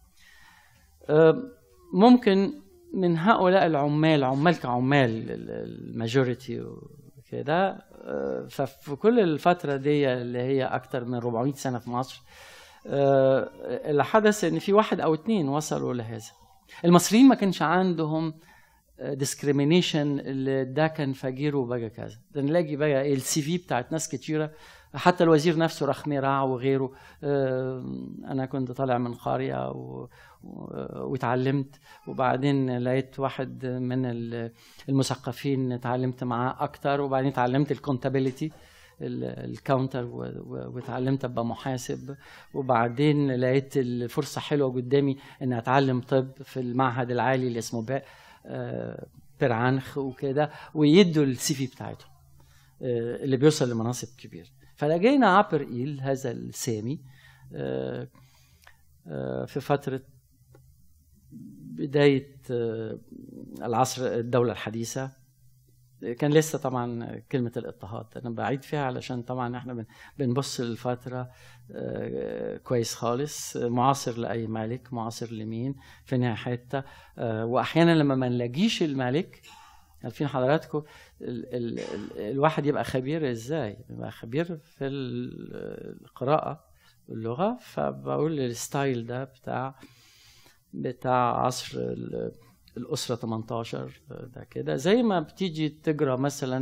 ممكن من هؤلاء العمال عمال كعمال الماجوريتي وكده. ففي كل الفترة دي اللي هي أكتر من أربعمائة سنة في مصر اللي حدث ان في واحد او اتنين وصلوا لهذا. المصريين ما كانش عندهم ديسكريمينيشن اللي ده كان فقير وبقى كذا، ده نلاقي بقى السي في بتاعت ناس كتيره، حتى الوزير نفسه رخميرع وغيره. انا كنت طالع من قريه واتعلمت، وبعدين لقيت واحد من المثقفين اتعلمت معاه اكتر، وبعدين اتعلمت الكونتابيليتي الكاونتر واتعلمت ابقى محاسب، وبعدين لقيت الفرصه حلوه قدامي ان اتعلم طب في المعهد العالي اللي اسمه بيرعنخ وكده، ويدوا السي في بتاعتهم اللي بيوصل لمناصب كبيره. فلقينا عابر إيل هذا السامي في فترة بداية العصر الدولة الحديثة. كان لسه طبعا كلمة الاضطهاد أنا بعيد فيها علشان طبعا احنا بنبص للفترة كويس خالص، معاصر لأي ملك، معاصر لمين في نهاية حتة. وأحيانا لما ما نلاقيش الملك، عارفين حضراتكم ال ال ال الواحد يبقى خبير ازاي؟ يبقى خبير في القراءة واللغة. فبقول الستايل ده بتاع بتاع عصر الأسرة تمنتاشر ده كده، زي ما بتيجي تقرا مثلا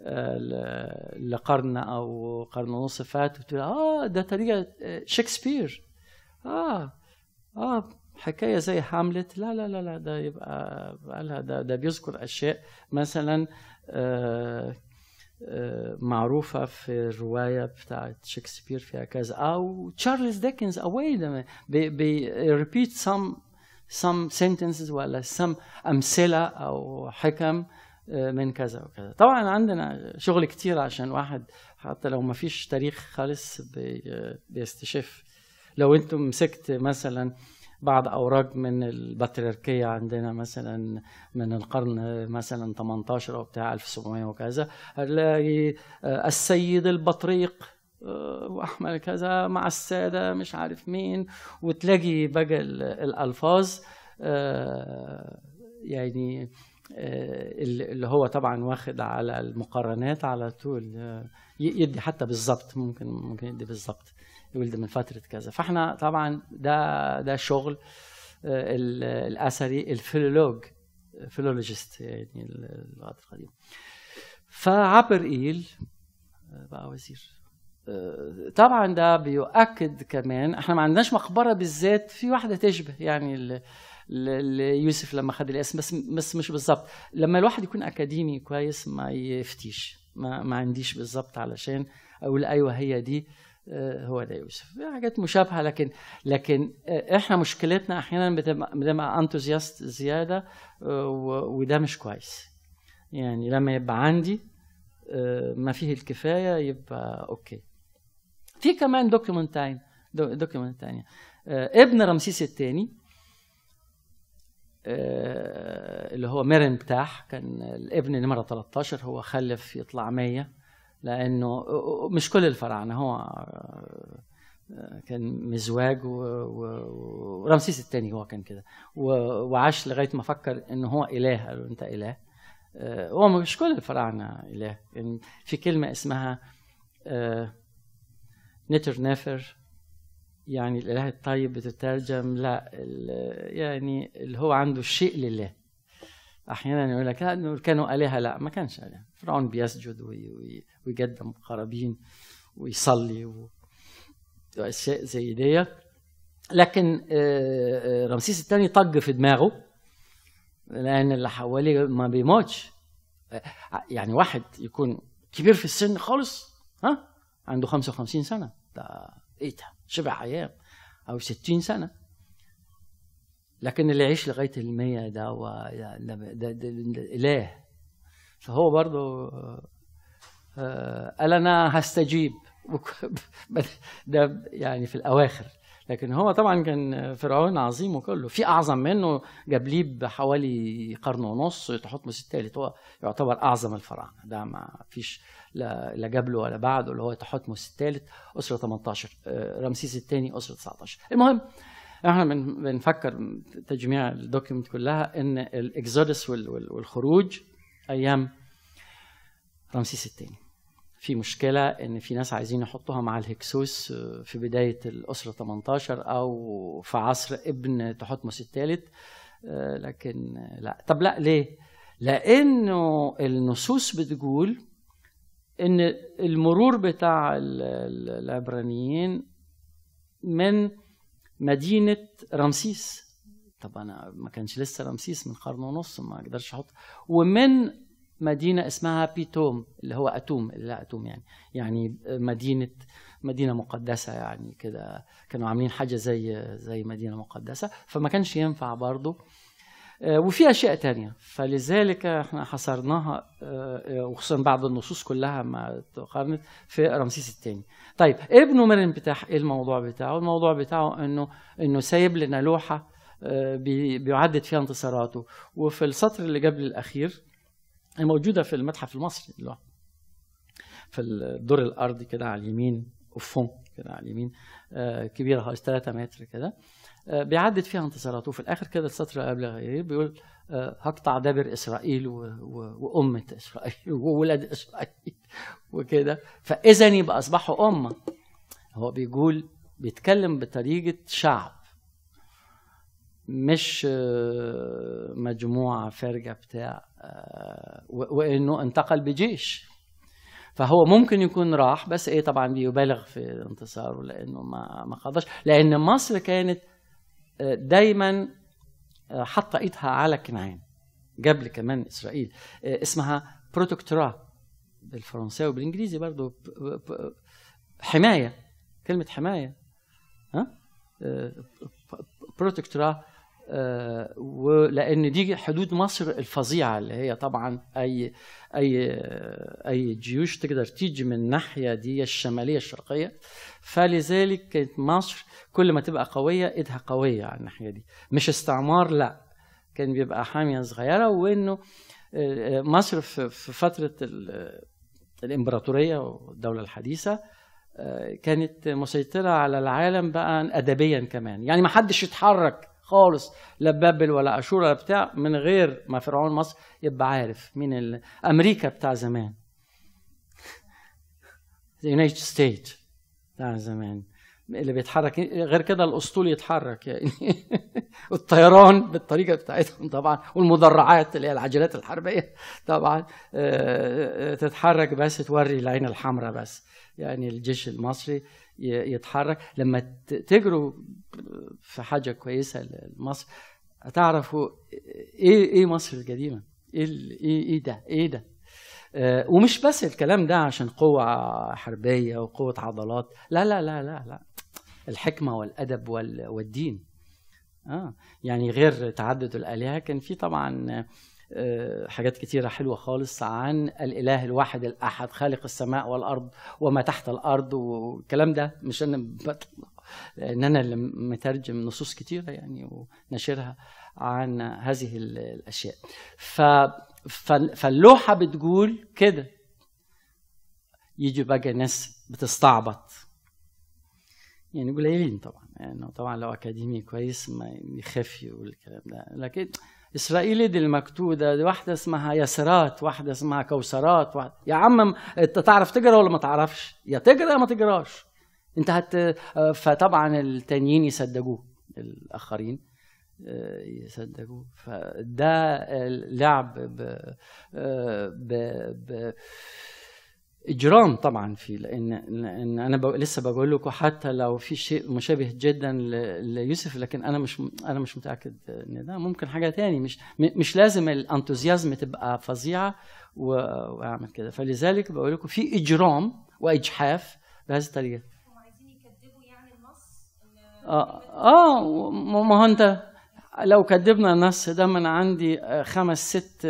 لقرن أو قرن ونص فات وتقول اه ده طريقة شكسبير، اه اه حكاية زي هاملت، لا لا لا لا ده يبقى ده, ده بيذكر أشياء مثلا آه آه معروفة في الرواية بتاعت شكسبير فيها كذا، أو تشارلز ديكنز أوي ده بي, بي repeat some some sentences ولا some أمثلة أو حكم من كذا وكذا. طبعا عندنا شغل كتير عشان واحد حتى لو ما فيش تاريخ خالص بي بيستشف. لو انتم مسكت مثلا بعض أوراق من البطريركية عندنا مثلا من القرن مثلا تمنتاشر أو بتاع ألف وسبعمية وكذا، هتلاقي السيد البطريق وأحمد كذا مع السادة مش عارف مين، وتلاقي بقى الألفاظ يعني اللي هو طبعا واخد على المقارنات على طول، يدي حتى بالضبط، ممكن ممكن يدي بالضبط يقول ده من فترة كذا. فاحنا طبعا ده ده شغل الأثري الفيلولوج فيلولوجيست يعني اللغات القديمة. فعبر إيل بقى وزير. طبعا ده بيؤكد كمان احنا ما عندناش مقبرة بالذات في واحدة تشبه يعني يوسف لما خد الاسم، بس بس مش بالظبط. لما الواحد يكون أكاديمي كويس ما يفتيش، ما, ما عنديش بالظبط علشان أقول أيوة هي دي هو ده يوسف. في حاجات مشابهة، لكن لكن احنا مشكلتنا احيانا بتبقى بنبقى انتوزياست زيادة، وده مش كويس. يعني لما يبقى عندي ما فيه الكفاية يبقى اوكي. في كمان دوكيومنت تاني دوكيومنت تانية ابن رمسيس الثاني اللي هو مرنبتاح، كان الابن نمرة ثلاثة عشر، هو خلف يطلع مية، لأنه مش كل الفراعنة، هو كان مزواج، ورمسيس الثاني هو كان كده، وعاش لغاية ما فكر إنه هو إله. قالوا أنت إله؟ هو مش كل الفراعنة إله. يعني في كلمة اسمها نتر نافر، يعني الإله الطيب، بتترجم لا يعني اللي هو عنده الشيء لله. أحيانا يقول لك لا كانوا آلهة، لا ما كانش آلهة. فرعون بيسجد ويقدم قرابين ويصلي وأشياء زي دي. لكن رمسيس الثاني طق في دماغه، لأن اللي حواليه ما بيموتش. يعني واحد يكون كبير في السن خالص، ها عنده خمسة وخمسين سنة، ده إيه ده شبع أيام، أو ستين سنة. لكن اللي يعيش لغاية المية ده هو ده, ده, ده, ده الإله. فهو برضو قال أنا هستجيب ده يعني في الأواخر. لكن هو طبعا كان فرعون عظيم وكله، في أعظم منه جابليه بحوالي قرن ونص، تحتمس الثالث هو يعتبر أعظم الفراعنة، ده ما فيش لا جابله ولا بعده، اللي هو تحتمس الثالث أسرة ثمانية عشر، رمسيس الثاني أسرة تسعة عشر. المهم احنا بنفكر تجميع الدوكيومنت كلها ان الاكزودس والخروج ايام رمسيس الثاني. في مشكله ان في ناس عايزين يحطوها مع الهكسوس في بدايه الاسره ثمانية عشر او في عصر ابن تحتمس الثالث، لكن لا. طب لا ليه؟ لانه النصوص بتقول ان المرور بتاع العبرانيين من مدينة رمسيس. طب أنا ما كانش لسه رمسيس من قرن ونص، ما أقدرش أحط. ومن مدينة اسمها بيتوم، اللي هو أتوم، لا أتوم يعني يعني مدينة مدينة مقدسة، يعني كده كانوا عاملين حاجة زي زي مدينة مقدسة. فما كانش ينفع برضو وفي اشياء تانية، فلذلك احنا حصرناها وخصوصا بعد النصوص كلها ما تقارنت في رمسيس الثاني. طيب ابنه مرنبتاح ايه الموضوع بتاعه؟ الموضوع بتاعه انه انه سايب لنا لوحه بيعدد فيها انتصاراته، وفي السطر اللي قبل الاخير موجوده في المتحف المصري اللوحه في الدور الارضي كده على اليمين، وفون كده على اليمين كبيره خالص ثلاثة متر كده، بيعدد فيها انتصاراته. وفي الاخر كده السطر اللي قبل غيره بيقول هقطع دابر اسرائيل وامه اسرائيل وولاد اسرائيل وكده، فاذا يبقى اصبحوا امه. هو بيقول بيتكلم بطريقه شعب، مش مجموعه فرقه بتاع، وانه انتقل بجيش. فهو ممكن يكون راح، بس ايه طبعا بيبالغ في انتصاره لانه ما ما خضعش، لان مصر كانت دايما حاطه ايدها على كنعان قبل كمان اسرائيل. اسمها بروتكتورا بالفرنساوي وبالانجليزي برضو، حمايه، كلمه حمايه، ها بروتكتورا. ولان دي حدود مصر الفظيعه اللي هي طبعا اي اي اي جيوش تقدر تيجي من الناحيه دي الشماليه الشرقيه، فلذلك كانت مصر كل ما تبقى قويه ايدها قويه على الناحيه دي، مش استعمار، لا كان بيبقى حاميه صغيره. وانه مصر في فتره الامبراطوريه والدوله الحديثه كانت مسيطره على العالم بقى ادبيا كمان، يعني ما حدش يتحرك خالص، لا بابل ولا اشور ولا بتاع، من غير ما فرعون مصر يبقى عارف مين امريكا بتاع زمان، اليونايتد ستيت بتاع زمان اللي بيتحرك. غير كده الاسطول يتحرك يعني والطيران بالطريقه بتاعتهم طبعا، والمدرعات اللي هي العجلات الحربيه طبعا تتحرك بس توري العين الحمراء بس، يعني الجيش المصري يتحرك. لما تجروا في حاجه كويسه لمصر هتعرفوا ايه ايه مصر القديمه، ايه ايه ايه ده ايه ده آه ومش بس الكلام ده عشان قوه حربيه وقوه عضلات، لا لا لا لا لا، الحكمه والادب والدين. اه يعني غير تعدد الالهه كان في طبعا حاجات كتيرة حلوة خالص عن الإله الواحد الأحد خالق السماء والأرض وما تحت الأرض والكلام ده، مش أنا بطلع، لأن أنا اللي مترجم نصوص كتيرة يعني ونشرها عن هذه الأشياء. فاللوحة بتقول كده، يجي بقى ناس بتستعبط يعني قليلين طبعا، يعني طبعا لو أكاديمي كويس ما يخاف يقول الكلام ده، لكن إسرائيلي دي المكتوبة دي واحدة اسمها يسرات، واحدة اسمها كوثرات، واحدة. يا عم انت تعرف تقرا ولا ما تعرفش؟ يا تقرا يا ما تقراش انت هت. فطبعا التانيين يصدقوه، الآخرين يصدقوه. فده لعب ب ب ب إجرام طبعا فيه، لأن لأن أنا ب... لسه بقول لكم حتى لو في شيء مشابه جدا ل... ليوسف، لكن أنا مش أنا مش متأكد إن ده ممكن حاجة تاني، مش م... مش لازم الانتوزيازم تبقى فظيعة و... وأعمل كده. فلذلك بقول لكم في إجرام وإجحاف بهذه الطريقة. هم عايزين يكذبوا يعني النص إن آه آه ما هو أنت لو كذبنا النص ده، من عندي خمس ست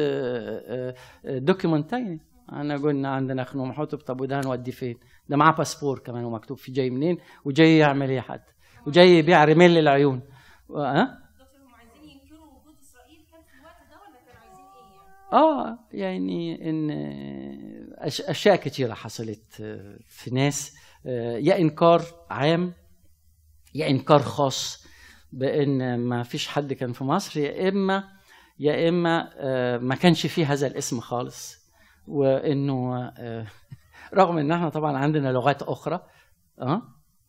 دوكيومنتين أنا قلنا عندنا خنوم حطب، طب وده هنوديه فين؟ ده معاه باسبور كمان ومكتوب فيه جاي منين وجاي يعمل إيه حتى، وجاي يبيع رمال للعيون. أه؟ دكتور هم عايزين ينكروا وجود إسرائيل كان في الوقت ده ولا كانوا عايزين إيه يعني؟ آه يعني إن أشياء كتيرة حصلت في ناس، يا إنكار عام يا إنكار خاص بأن ما فيش حد كان في مصر، يا إما يا إما ما كانش فيه هذا الاسم خالص. وانه رغم ان احنا طبعا عندنا لغات اخرى، اه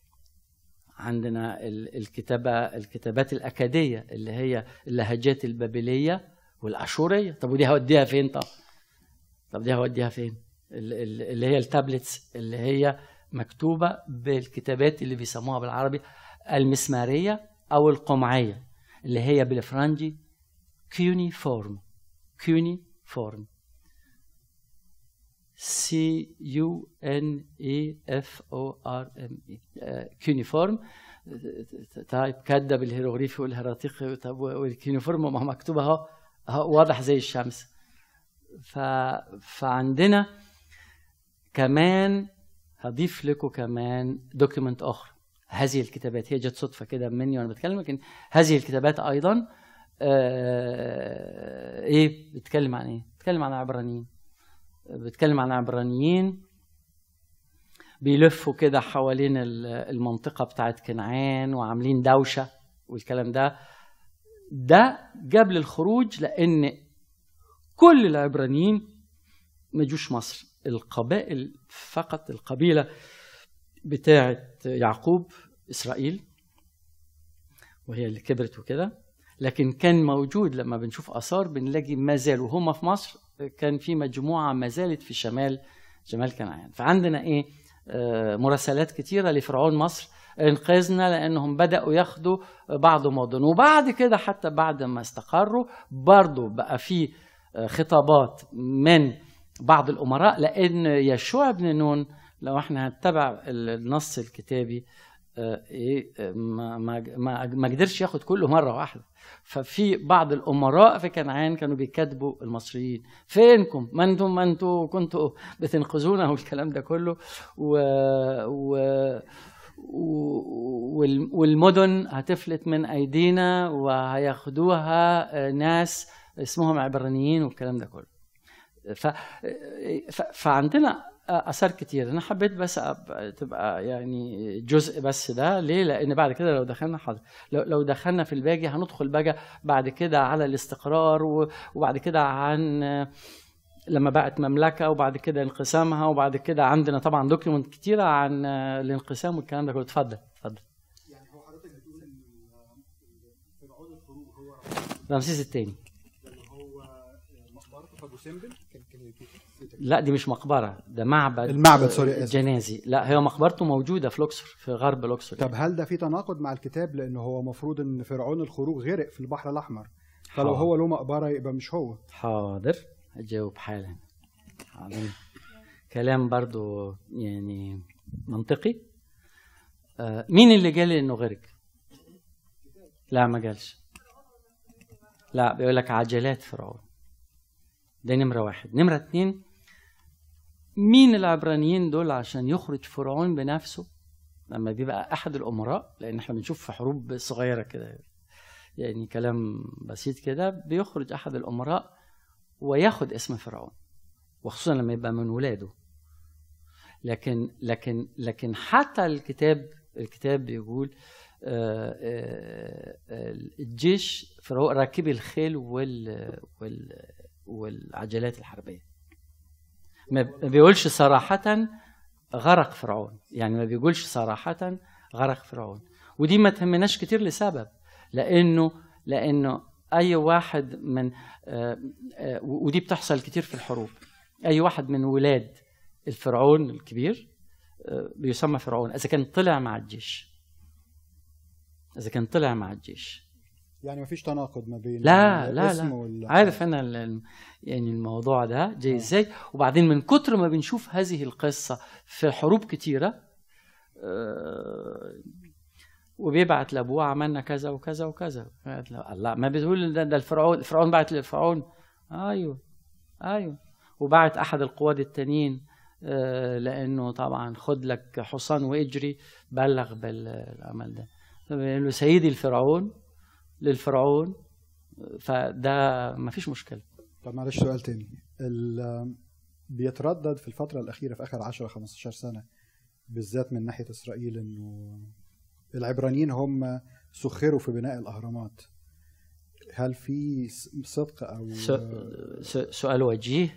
عندنا الكتابه الكتابات الاكاديه اللي هي اللهجات البابليه والاشوريه، طب ودي هوديها فين؟ طب طب دي هوديها فين؟ اللي هي التابلتس اللي هي مكتوبه بالكتابات اللي بيسموها بالعربي المسماريه او القمعيه، اللي هي بالفرنجي كيونيفورم كيونيفورم سي يو ان اي اف او ار ام اي كيونيفورم. طيب كاتبه بالهيروغليفي والهيراتيقي، طب والكيونيفورم ما مكتوبه اهو واضح زي الشمس. ف... فعندنا كمان هضيف لكم كمان دوكيمنت اخر. هذه الكتابات هي جت صدفه كده مني وانا بتكلم، لكن هذه الكتابات ايضا آه... ايه بتتكلم عن ايه؟ بتتكلم عن عبرانيين. بتتكلم عن عبرانيين بيلفوا كده حوالين المنطقه بتاعت كنعان وعاملين دوشه والكلام ده. ده جاب للخروج لان كل العبرانيين ما جوش مصر. القبائل فقط، القبيله بتاعه يعقوب اسرائيل وهي اللي كبرت وكده، لكن كان موجود لما بنشوف اثار بنلاقي ما زالوا هم في مصر. كان في مجموعه ما زالت في شمال شمال كنعان. فعندنا ايه آه مراسلات كتيره لفرعون مصر انقذنا لانهم بداوا ياخدوا بعض مدن، وبعد كده حتى بعد ما استقروا برضو بقى في خطابات من بعض الامراء، لان يشوع بن نون لو احنا هنتبع النص الكتابي ايه ما ما ما قدرش ياخد كله مره واحده. ففي بعض الامراء في كنعان كانوا بيكذبوا المصريين، فينكم ما انتم ما انتم كنتوا بتنقذونا والكلام ده كله. و, و والمدن هتفلت من ايدينا وهياخدوها ناس اسمهم عبرانيين والكلام ده كله. ف... ف... فعندنا اثار كتير. انا حبيت بس أب... تبقى يعني جزء بس ده ليه، لان بعد كده لو دخلنا حضر لو... لو دخلنا في الباقي هندخل بقى بعد كده على الاستقرار و... وبعد كده عن لما بقت مملكه وبعد كده انقسامها، وبعد كده عندنا طبعا دوكيومنت كتيره عن الانقسام والكلام ده كله. اتفضل اتفضل. يعني هو حضرتك بتقول ان فرعون الخروج هو رمسيس الثاني اللي هو مقبرته في ابو سمبل. لا دي مش مقبره، ده معبد المعبد سوري جنازي. لا هي مقبرته موجوده في لوكسور في غرب لوكسور. طب هل ده في تناقض مع الكتاب؟ لانه هو مفروض ان فرعون الخروج غرق في البحر الاحمر، فلو هو له مقبره يبقى مش هو. حاضر هجاوب حالا. حاضر. كلام برضو يعني منطقي. آه مين اللي قال انه غرق؟ لا ما قالش. لا بيقول لك عجلات فرعون. ده نمرة واحد. نمرة اتنين، مين العبرانيين دول عشان يخرج فرعون بنفسه لما بيبقى أحد الأمراء؟ لأن احنا بنشوف في حروب صغيرة كده يعني كلام بسيط كده، بيخرج أحد الأمراء وياخد اسم فرعون، وخصوصا لما يبقى من ولاده. لكن لكن لكن حتى الكتاب الكتاب بيقول آآ آآ الجيش فرعون راكبي الخيل وال وال والعجلات الحربية. ما بيقولش صراحة غرق فرعون، يعني ما بيقولش صراحة غرق فرعون. ودي ما تهمناش كتير لسبب، لأنه لأنه أي واحد من آآ آآ ودي بتحصل كتير في الحروب، أي واحد من ولاد الفرعون الكبير بيسمى فرعون إذا كان طلع مع الجيش. إذا كان طلع مع الجيش يعني مفيش تناقض ما بين لا لا الاسم لا وال... عارف انا يعني الموضوع ده جاي ازاي. وبعدين من كتر ما بنشوف هذه القصه في حروب كتيره أه وبيبعت لابوه عملنا كذا وكذا وكذا. الله ما بتقول ده, ده الفرعون الفرعون بعت للفرعون. ايوه ايوه وبعت احد القواد التانيين أه لانه طبعا خد لك حصان واجري بلغ بالعمل ده. فبيقول له سيدي الفرعون للفرعون، فده ما فيش مشكلة. طب معلش سؤال تاني. بيتردد في الفترة الأخيرة في آخر عشرة خمستاشر سنة بالذات من ناحية إسرائيل إنه العبرانيين هم سخروا في بناء الأهرامات. هل في صدق أو سؤال وجيه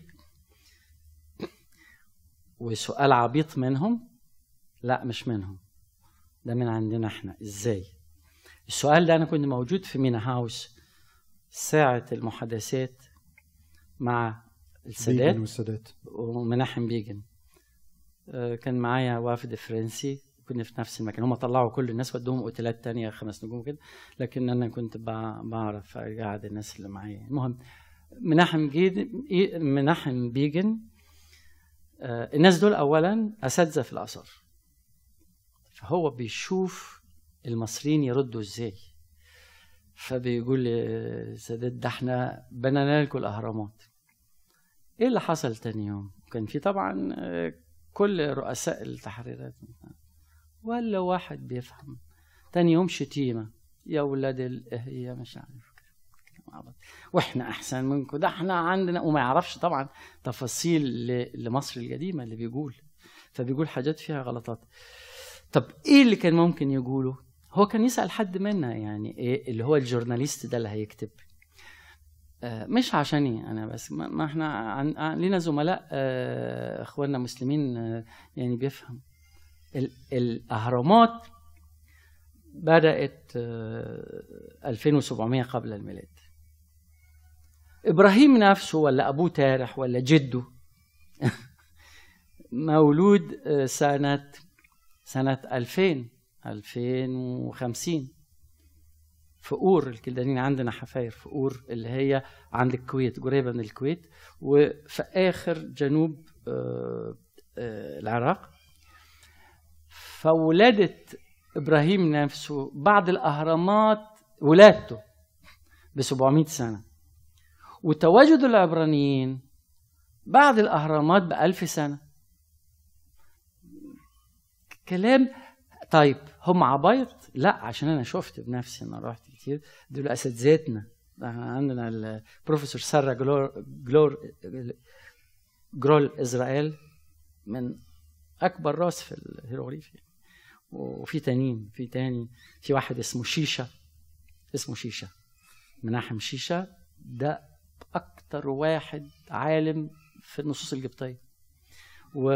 وسؤال عبيط منهم؟ لا مش منهم، ده من عندنا احنا. ازاي؟ السؤال ده أنا كنت موجود في مينا هاوس ساعة المحادثات مع السادات والسادات ومناحم بيجن. كان معايا وافد فرنسي، كنا في نفس المكان. هم طلعوا كل الناس ودوهم اوتيلات تانية خمس نجوم كده، لكن أنا كنت بعرف أقعد الناس اللي معايا. المهم مناحم بيجن مناحم بيجن الناس دول أولا أساتذة في الآثار، فهو بيشوف المصريين يردوا ازاي. فبيقول لي سادات ده احنا بنينا لكم الاهرامات. ايه اللي حصل تاني يوم؟ كان في طبعا كل رؤساء التحريرات ولا واحد بيفهم. تاني يوم شتيمه، يا ولاد الاهية مش عارف واحنا احسن منكم، ده احنا عندنا، وما يعرفش طبعا تفاصيل لمصر القديمه اللي بيقول، فبيقول حاجات فيها غلطات. طب ايه اللي كان ممكن يقوله؟ هو كان يسأل حد منا، يعني ايه اللي هو الجورناليست ده اللي هيكتب، آه مش عشاني انا بس، ما, ما احنا عن, عن لنا زملاء آه اخواننا مسلمين آه يعني بيفهم. ال الاهرامات بدأت آه ألفين وسبعمية قبل الميلاد. ابراهيم نفسه ولا ابوه تارح ولا جده مولود آه سنة سنة ألفين ألفين وخمسين في أور. الكلدانيين عندنا حفاير في أور اللي هي عند الكويت، قريبة من الكويت وفي آخر جنوب العراق. فولادت إبراهيم نفسه بعد الأهرامات ولادته بسبعمائة سنة، وتواجد العبرانيين بعد الأهرامات بألف سنة. كلام طيب هم عبايط؟ لا، عشان انا شفت بنفسي، انا رحت كتير، دول اساتذتنا. احنا عندنا البروفيسور سارة جلور جلور جرول اسرائيل من اكبر راس في الهيروغليف، وفي تانيين، في تاني في واحد اسمه شيشة، اسمه شيشة مناحم شيشة، ده اكتر واحد عالم في النصوص القبطية. و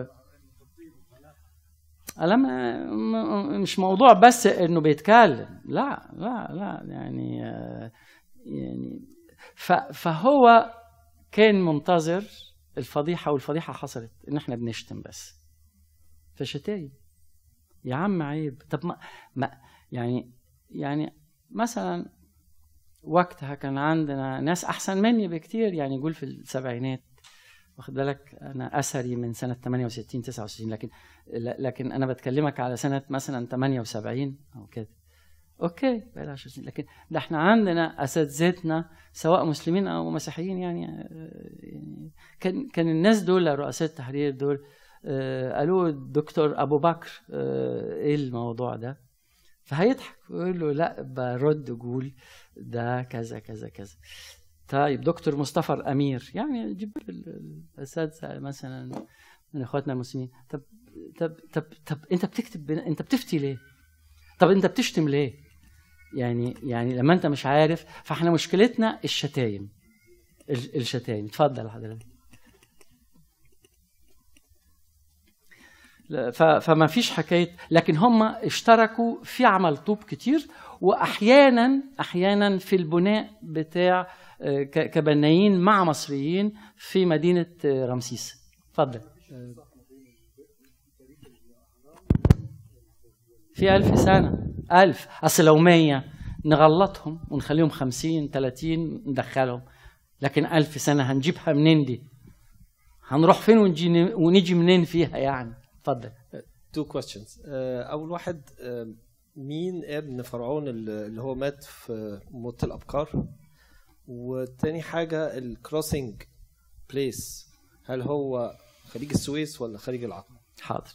أنا مش موضوع بس إنه بيتكلم، لا لا لا يعني يعني فهو كان منتظر الفضيحة، والفضيحة حصلت إن إحنا بنشتم بس، فشتايم يا عم عيب. طب ما, ما يعني يعني مثلا وقتها كان عندنا ناس أحسن مني بكتير، يعني يقول في السبعينات، واخد بالك أنا أثري من سنة ثمانية وستين تسعة وستين، لكن لكن أنا بتكلمك على سنة مثلا ثمانية وسبعين أو كده، أوكي بقى عشر سنين. لكن ده إحنا عندنا أساتذتنا سواء مسلمين أو مسيحيين، يعني يعني كان كان الناس دول رؤساء التحرير دول قالوا الدكتور أبو بكر إيه الموضوع ده، فهيضحك ويقول له لا برد أقول ده كذا كذا كذا. طيب دكتور مصطفى الأمير، يعني جيب الأساتذة مثلا من إخواتنا المسلمين، طب طب طب طب أنت بتكتب، أنت بتفتي ليه؟ طب أنت بتشتم ليه؟ يعني يعني لما أنت مش عارف، فإحنا مشكلتنا الشتايم، الشتايم. اتفضل حضرتك. فما فيش حكاية، لكن هم اشتركوا في عمل طوب كتير، وأحيانا أحيانا في البناء بتاع كبنايين مع مصريين في مدينة رمسيس. اتفضل. في ألف سنة، ألف، أصل لو مية نغلطهم ونخليهم خمسين ثلاثين ندخلهم، لكن ألف سنة هنجيبها منين دي؟ هنروح فين ونجي ونيجي منين فيها يعني؟ اتفضل. two questions. أول واحد، مين ابن فرعون اللي هو مات في موت الأبكار؟ والتاني حاجة الكروسنج بليس، هل هو خليج السويس ولا خليج العقبة؟ حاضر.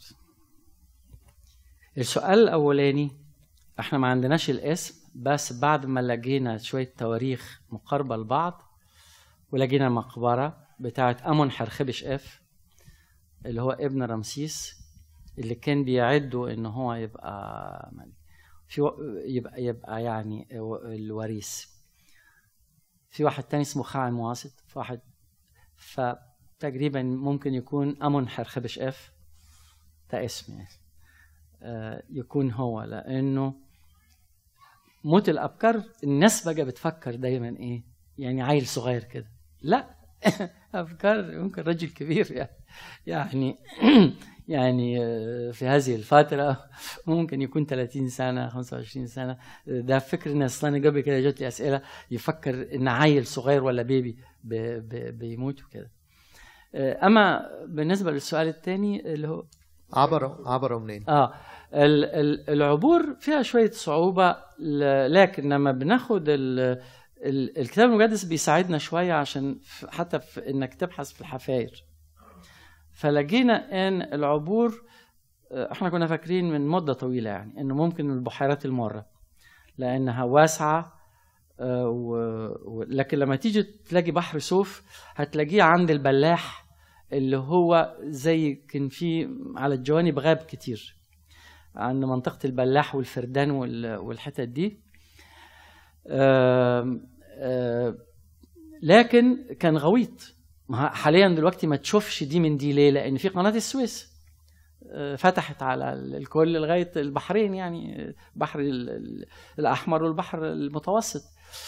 السؤال الأولاني احنا ما عندناش الاسم، بس بعد ما لقينا شوية تواريخ مقاربة لبعض ولقينا مقبرة بتاعة أمون حرخبش اف اللي هو ابن رمسيس اللي كان بيعدوا ان هو يبقى في يبقى يبقى يعني الوريث. في واحد تاني اسمه خاعم واسط، في واحد، فتقريبا ممكن يكون أمون حرخبش اف ده اسم يعني آه يكون هو، لأنه موت الأبكار الناس بقى بتفكر دايما إيه يعني عيل صغير كده، لا أفكار ممكن رجل كبير يعني يعني يعني في هذه الفترة ممكن يكون ثلاثين سنة خمسة وعشرين سنة. ده فكر إن أصلاً قبل كده جت لي أسئلة يفكر إن عيل صغير ولا بيبي بيموت وكده. أما بالنسبة للسؤال الثاني اللي هو عبروا عبروا منين؟ آه العبور فيها شويه صعوبه، لكن لما بناخد الكتاب المقدس بيساعدنا شويه، عشان حتى في انك تبحث في الحفاير. فلقينا ان العبور احنا كنا فاكرين من مده طويله يعني انه ممكن البحيرات المره لانها واسعه، و... لكن لما تيجي تلاقي بحر سوف هتلاقيه عند البلاح اللي هو زي كان فيه على الجوانب غاب كتير عند منطقة البلاح والفردان وال... والحتت دي. آه... آه... لكن كان غويط. حاليا دلوقتي ما تشوفش دي من دي، ليه؟ لأن في قناة السويس فتحت على الكل لغاية البحرين، يعني بحر الأحمر والبحر المتوسط.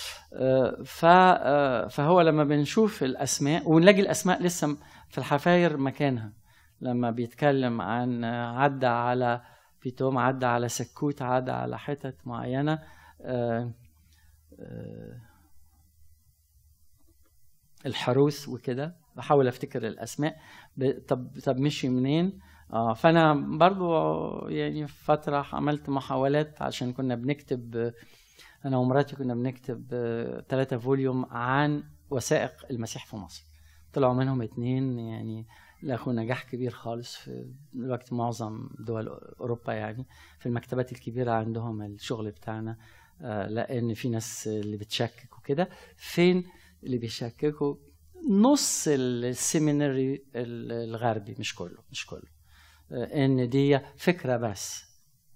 فهو لما بنشوف الأسماء ونلاقي الأسماء لسه في الحفاير مكانها، لما بيتكلم عن عدى على بيتوم، عدى على سكوت، عدى على حتت معينة، الحروث وكده، بحاول افتكر الأسماء. طب طب مشي منين؟ اه فانا برضو يعني فتره عملت محاولات عشان كنا بنكتب، انا ومراتي كنا بنكتب ثلاثة فوليوم عن وثائق المسيح في مصر. طلعوا منهم اتنين يعني لاقوا نجاح كبير خالص في الوقت. معظم دول اوروبا يعني في المكتبات الكبيره عندهم الشغل بتاعنا، آه لان في ناس اللي بتشكك وكده. فين اللي بيشككوا؟ نص السيميناري الغربي، مش كله مش كله، ان دي فكره بس،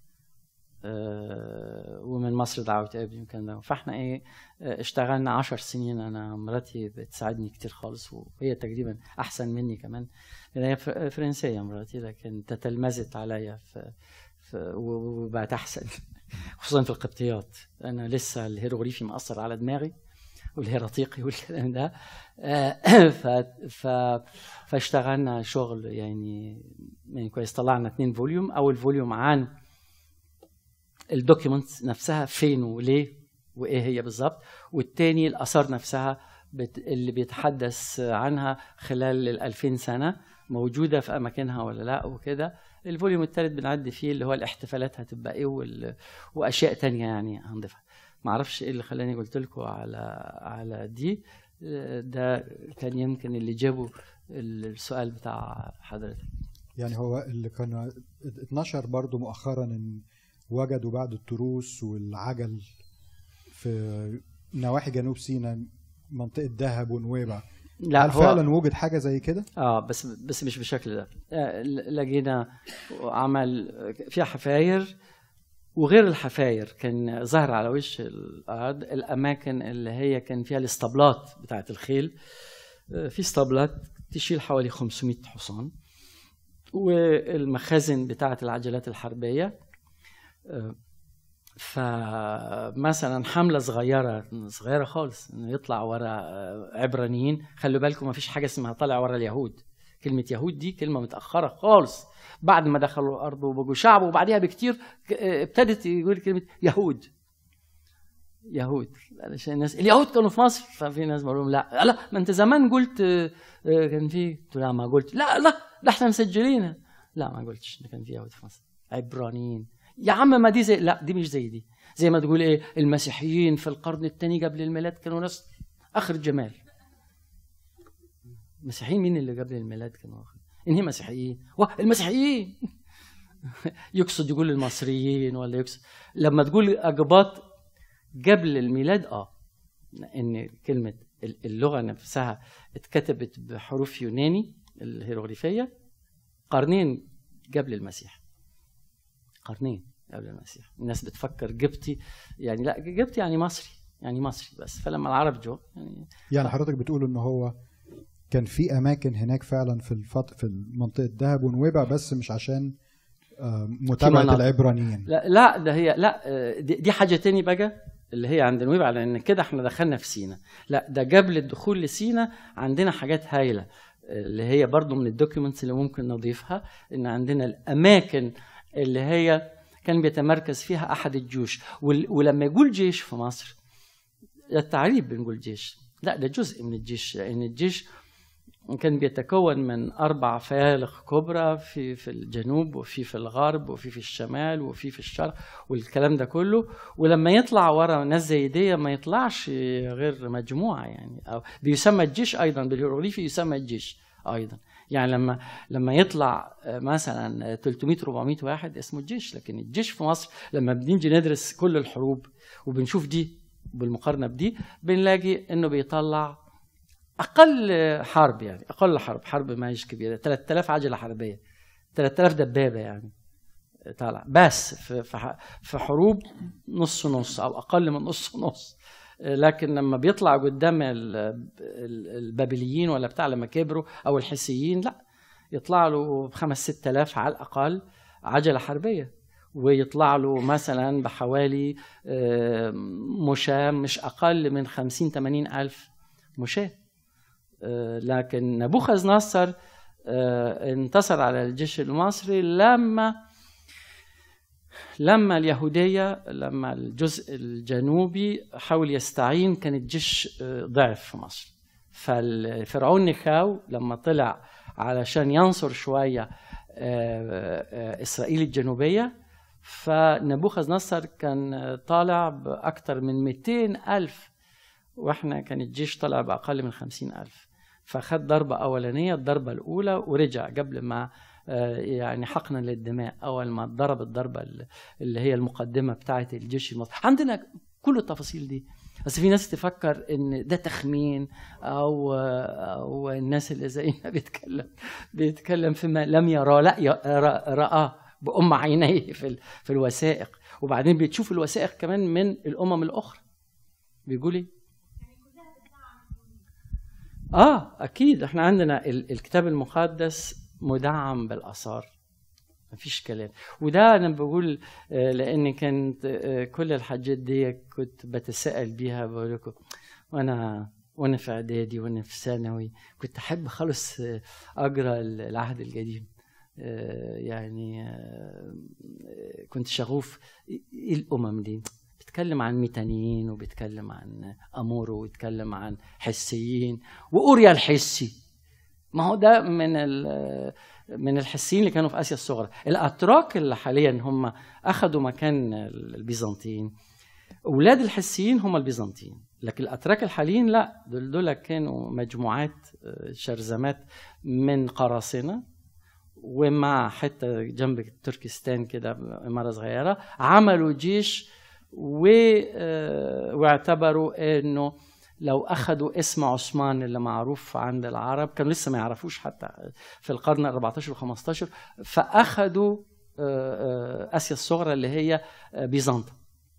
ومن مصر دعوه ابني وكان. فاحنا ايه اشتغلنا عشر سنين، انا مراتي بتساعدني كتير خالص، وهي تقريبا احسن مني كمان، لان هي فرنسيه مراتي، لكن تتلمذت عليا في وبقت احسن خصوصا في القبطيات. انا لسه الهيروغليفي مأثر على دماغي والهيراتيقي والكلام ده. ف... ف... فاشتغلنا شغل يعني يعني كويس. طلعنا اتنين فوليوم. اول فوليوم عن الدوكيومنت نفسها فين وليه وايه هي بالظبط، والتاني الاثار نفسها بت... اللي بيتحدث عنها خلال الألفين سنه، موجوده في اماكنها ولا لا وكده. الفوليوم الثالث بنعدي فيه اللي هو الاحتفالات هتبقى ايه وال... واشياء تانية يعني هنضيفها. ما اعرفش ايه اللي خلاني قلت لكم على على دي. ده كان يمكن اللي جابوا السؤال بتاع حضرتك. يعني هو اللي كان اتنشر برضو مؤخرا ان وجدوا بعد التروس والعجل في نواحي جنوب سيناء منطقة دهب ونويبع. لا هل فعلا وجد حاجة زي كده؟ اه بس بس مش بالشكل ده. لقينا عمل فيها حفاير، وغير الحفاير كان ظهر على وش الارض الاماكن اللي هي كان فيها الاسطبلات بتاعه الخيل. في اسطبلات تشيل حوالي خمسمائة حصان، والمخازن بتاعه العجلات الحربيه. فمثلا حمله صغيره صغيره خالص انه يطلع ورا عبرانيين. خلوا بالكم ما فيش حاجه اسمها طلع ورا اليهود. كلمه يهود دي كلمه متاخره خالص، بعد ما دخلوا الارض وبقوا شعب، وبعديها بكتير ابتدت يقول كلمه يهود يهود علشان الناس اليهود كانوا في مصر. ففي ناس بيقولوا لهم لا لا ما انت زمان قلت كان في، قلت لا ما قلت، لا لا ده احنا مسجلين، لا ما قلتش ان كان في يهود في مصر، عبرانيين يا عم. ما دي زي، لا دي مش زي دي. زي ما تقول ايه المسيحيين في القرن الثاني قبل الميلاد كانوا ناس اخر جمال. المسيحيين مين اللي قبل الميلاد كانوا اخر؟ انهي مسيحيين؟ المسيحيين يقصد يقول المصريين ولا يقصد لما تقول اقباط قبل الميلاد؟ اه ان كلمه اللغه نفسها اتكتبت بحروف يوناني الهيروغليفيه قرنين قبل المسيح، قرنين قبل المسيح. الناس بتفكر قبطي يعني، لا قبطي يعني مصري، يعني مصري بس. فلما العرب جو يعني يعني حضرتك بتقول ان هو كان في اماكن هناك فعلا في الفط... في منطقه دهب ونويبع، بس مش عشان متابعه العبرانيين. لا لا ده هي لا دي, دي حاجه تاني بقى اللي هي عند نويبع، لان كده احنا دخلنا في سينا. لا ده قبل الدخول لسينا عندنا حاجات هايله اللي هي برضو من الدوكيومنتس اللي ممكن نضيفها، ان عندنا الاماكن اللي هي كان بيتمركز فيها احد الجيوش. ولما يقول جيش في مصر التعريب بنقول جيش، لا ده جزء من الجيش، لان الجيش كان بيتكون من أربع فيالق كبرى في في الجنوب وفي في الغرب وفي في الشمال وفي في الشرق والكلام ده كله. ولما يطلع ورا ناس زي دي ما يطلعش غير مجموعة يعني، أو بيسمى الجيش أيضا بالهيروغليفي، يسمى الجيش أيضا. يعني لما لما يطلع مثلا ثلاثمائة أربعمائة واحد اسمه الجيش. لكن الجيش في مصر لما بنيجي ندرس كل الحروب وبنشوف دي بالمقارنة بدي، بنلاقي إنه بيطلع أقل حرب، يعني أقل حرب حرب ما هيش كبيرة، ثلاثة آلاف عجلة حربية، ثلاثة آلاف دبابة يعني طالع بس في في حروب نص نص أو أقل من نص نص. لكن لما بيطلع قدام البابليين ولا بتاع لما كبروا أو الحسيين، لا يطلع له بخمس ست آلاف على الأقل عجلة حربية، ويطلع له مثلا بحوالي مشاة مش أقل من خمسين ثمانين ألف مشاة. لكن نبوخذ نصر انتصر على الجيش المصري لما لما اليهودية، لما الجزء الجنوبي حاول يستعين، كان الجيش ضعف في مصر. فالفرعون نخاو لما طلع علشان ينصر شوية إسرائيل الجنوبية، فنبوخذ نصر كان طالع بأكثر من مئتين ألف، وإحنا كان الجيش طلع بأقل من خمسين ألف. فخد ضربة أولانية، الضربة الأولى، ورجع قبل ما يعني حقنا للدماء أول ما ضرب الضربة اللي هي المقدمة بتاعة الجيش المصري. عندنا كل التفاصيل دي، بس في ناس تفكر إن ده تخمين أو أو الناس اللي زينا بيتكلم بيتكلم فيما لم يرى، لا رآه بأم عينيه في في الوثائق، وبعدين بتشوف الوثائق كمان من الأمم الأخرى. بيقولي آه أكيد إحنا عندنا الكتاب المقدس مدعم بالآثار، مفيش كلام. وده أنا بقول لأن كانت كل الحاجات دي كنت بتساءل بيها، بقول لكم وأنا وأنا في إعدادي وأنا في ثانوي كنت أحب خالص أقرأ العهد القديم. يعني كنت شغوف إيه الأمم دي، بيتكلم عن ميتانيين وبيتكلم عن أمورو وبيتكلم عن حسيين وأوريا الحسي. ما هو ده من من الحسيين اللي كانوا في آسيا الصغرى. الأتراك اللي حاليا هم أخذوا مكان البيزنطيين، أولاد الحسيين هم البيزنطيين، لكن الأتراك الحاليين لا، دول دول كانوا مجموعات شرذمات من قراصنة، ومع حتى جنب تركستان كده إمارة صغيرة، عملوا جيش واعتبروا إنه لو أخذوا اسم عثمان اللي معروف عند العرب، كانوا لسه ما يعرفوش حتى في القرن الرابع عشر والخامس عشر، فأخذوا آسيا الصغرى اللي هي بيزنطة،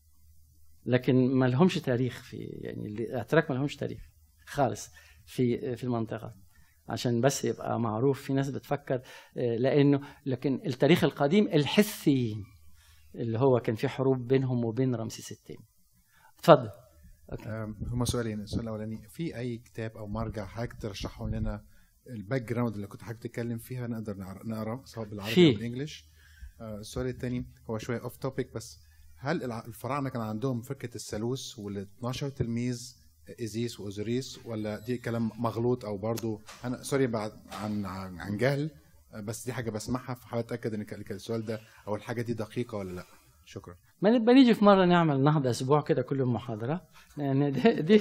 لكن ما لهمش تاريخ في، يعني الأتراك ما لهمش تاريخ خالص في في المنطقة، عشان بس يبقى معروف. في ناس بتفكر لأنه، لكن التاريخ القديم الحثيين اللي هو كان في حروب بينهم وبين رمسيس الثاني. اتفضل. هما سؤالين. السؤال الاولاني، في اي كتاب او مرجع حضرتك ترشحه لنا الباك جراوند اللي كنت حضرتك تتكلم فيها نقدر نقرا سواء بالعربي او بالانجلش؟ السؤال الثاني هو شويه اوف توبيك، بس هل الفراعنه كان عندهم فكره الثالوث وال اثناشر تلميذ ايزيس واوزوريس، ولا دي كلام مغلوط؟ او برضو انا سوري بعد عن عن جهل، بس دي حاجه بسمعها، فحاول اتاكد ان السؤال ده او الحاجه دي دقيقه ولا لا. شكرا. ما نبقى نيجي في مره نعمل نهضه اسبوع كده كل محاضره، لان دي, دي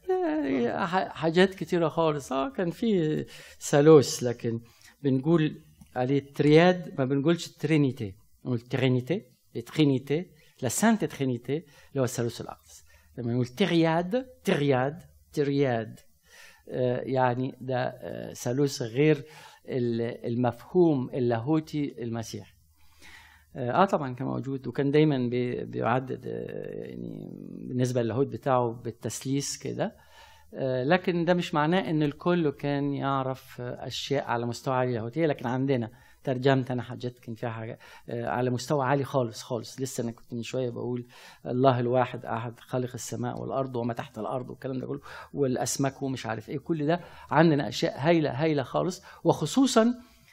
حاجات كتيره خالص. اه كان في ثالوث، لكن بنقول عليه ترياد، ما بنقولش ترينيتي، نقول ترينيتي، الترينيتي، لا سانت ترينيتي اللي هو الثالوث الاقدس. لما نقول ترياد ترياد ترياد آه يعني ده آه ثالوث غير المفهوم اللاهوتي المسيح. اه طبعا كان موجود، وكان دايما بيعدد يعني بالنسبه للاهوت بتاعه بالتسليس كده، لكن ده مش معناه ان الكل كان يعرف اشياء على مستوى عالي لاهوتيه. لكن عندنا ترجمت انا حاجات كان فيها حاجه على مستوى عالي خالص خالص. لسه انا كنت من شويه بقول الله الواحد احد خالق السماء والارض وما تحت الارض والكلام ده كله، والاسماك ومش عارف ايه، كل ده عندنا اشياء هايله هايله خالص، وخصوصا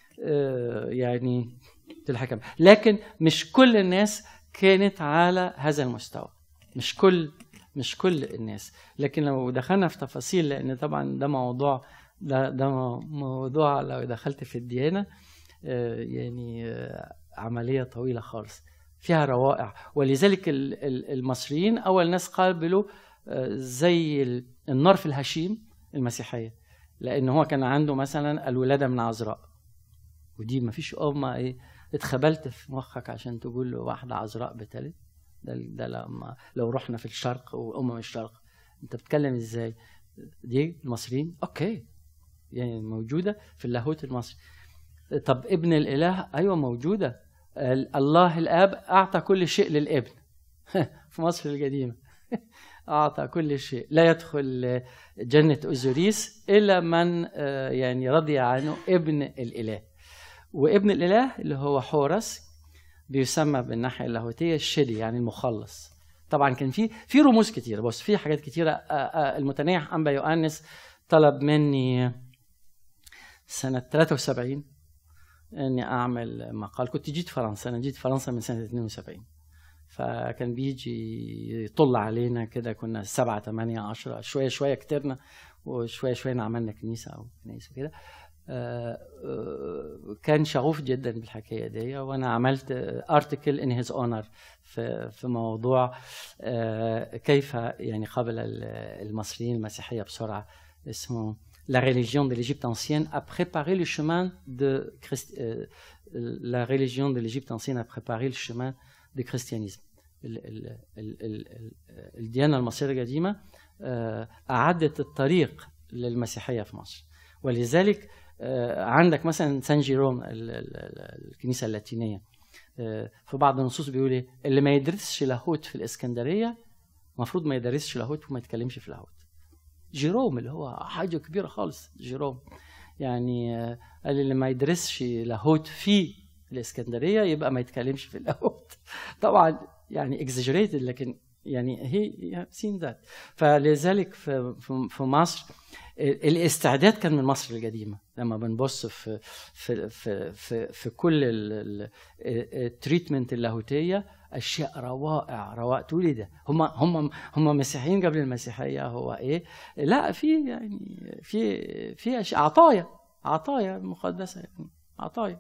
يعني الحكم. لكن مش كل الناس كانت على هذا المستوى، مش كل مش كل الناس. لكن لو دخلنا في تفاصيل، لان طبعا ده موضوع ده ده موضوع لو دخلت في الديانة يعني عملية طويلة خالص فيها روائع. ولذلك المصريين أول ناس قابلوا زي النار في الهشيم المسيحية، لأن هو كان عنده مثلا الولادة من عذراء، ودي ما فيش أم إيه اتخبلت في مخك عشان تقول له واحدة عذراء بتلد. ده, ده لما لو رحنا في الشرق وأمم الشرق أنت بتتكلم إزاي؟ دي المصريين أوكي يعني موجودة في اللاهوت المصري. طب ابن الإله أيوة موجودة، الله الآب أعطى كل شيء للابن في مصر القديمة أعطى كل شيء، لا يدخل جنة أوزوريس إلا من يعني رضي عنه ابن الإله. وابن الإله اللي هو حورس بيسمى بالناحية اللاهوتية الشدي يعني المخلص. طبعا كان في في رموز كتيرة، بس في حاجات كتيرة. المتنيح أنبا يوحنس طلب مني سنة ثلاثة وسبعين اني اعمل مقال. كنت جيت فرنسا، انا جيت فرنسا من سنة اثنين وسبعين، فكان بيجي يطل علينا كده، كنا سبعة ثمانية عشرة، شوية شوية كترنا وشوية شوية عملنا كنيسة أو كنيسة كده. كان شغوف جدا بالحكاية دي، وأنا عملت article in his honor في في موضوع كيف يعني قبل المصريين المسيحية بسرعة، اسمه La religion de l'Égypte ancienne a préparé le chemin de Christ... euh, la religion de l'Égypte ancienne a préparé le chemin du christianisme. ال... ال... ال... ال... الديانة المصرية القديمة أعدت الطريق للمسيحية في مصر. ولذلك عندك مثلا سان جيروم الكنيسة اللاتينية، في بعض النصوص بيقول ايه؟ اللي ما يدرسش لاهوت في الإسكندرية المفروض ما يدرسش لاهوت وما يتكلمش في لاهوت. جيروم اللي هو حاجة كبيرة خالص، جيروم يعني قال اللي ما يدرسش لاهوت في الإسكندرية يبقى ما يتكلمش في اللاهوت. طبعا يعني exaggerated، لكن يعني هي seen that. فلذلك في في مصر الاستعداد كان من مصر القديمة. لما بنبص في في في في, في كل التريتمنت اللاهوتية اشياء روائع روائع. تقولي ده هم هم هم مسيحيين قبل المسيحيه؟ هو ايه؟ لا، في يعني في في اشياء عطايا عطايا مقدسه، يعني عطايا.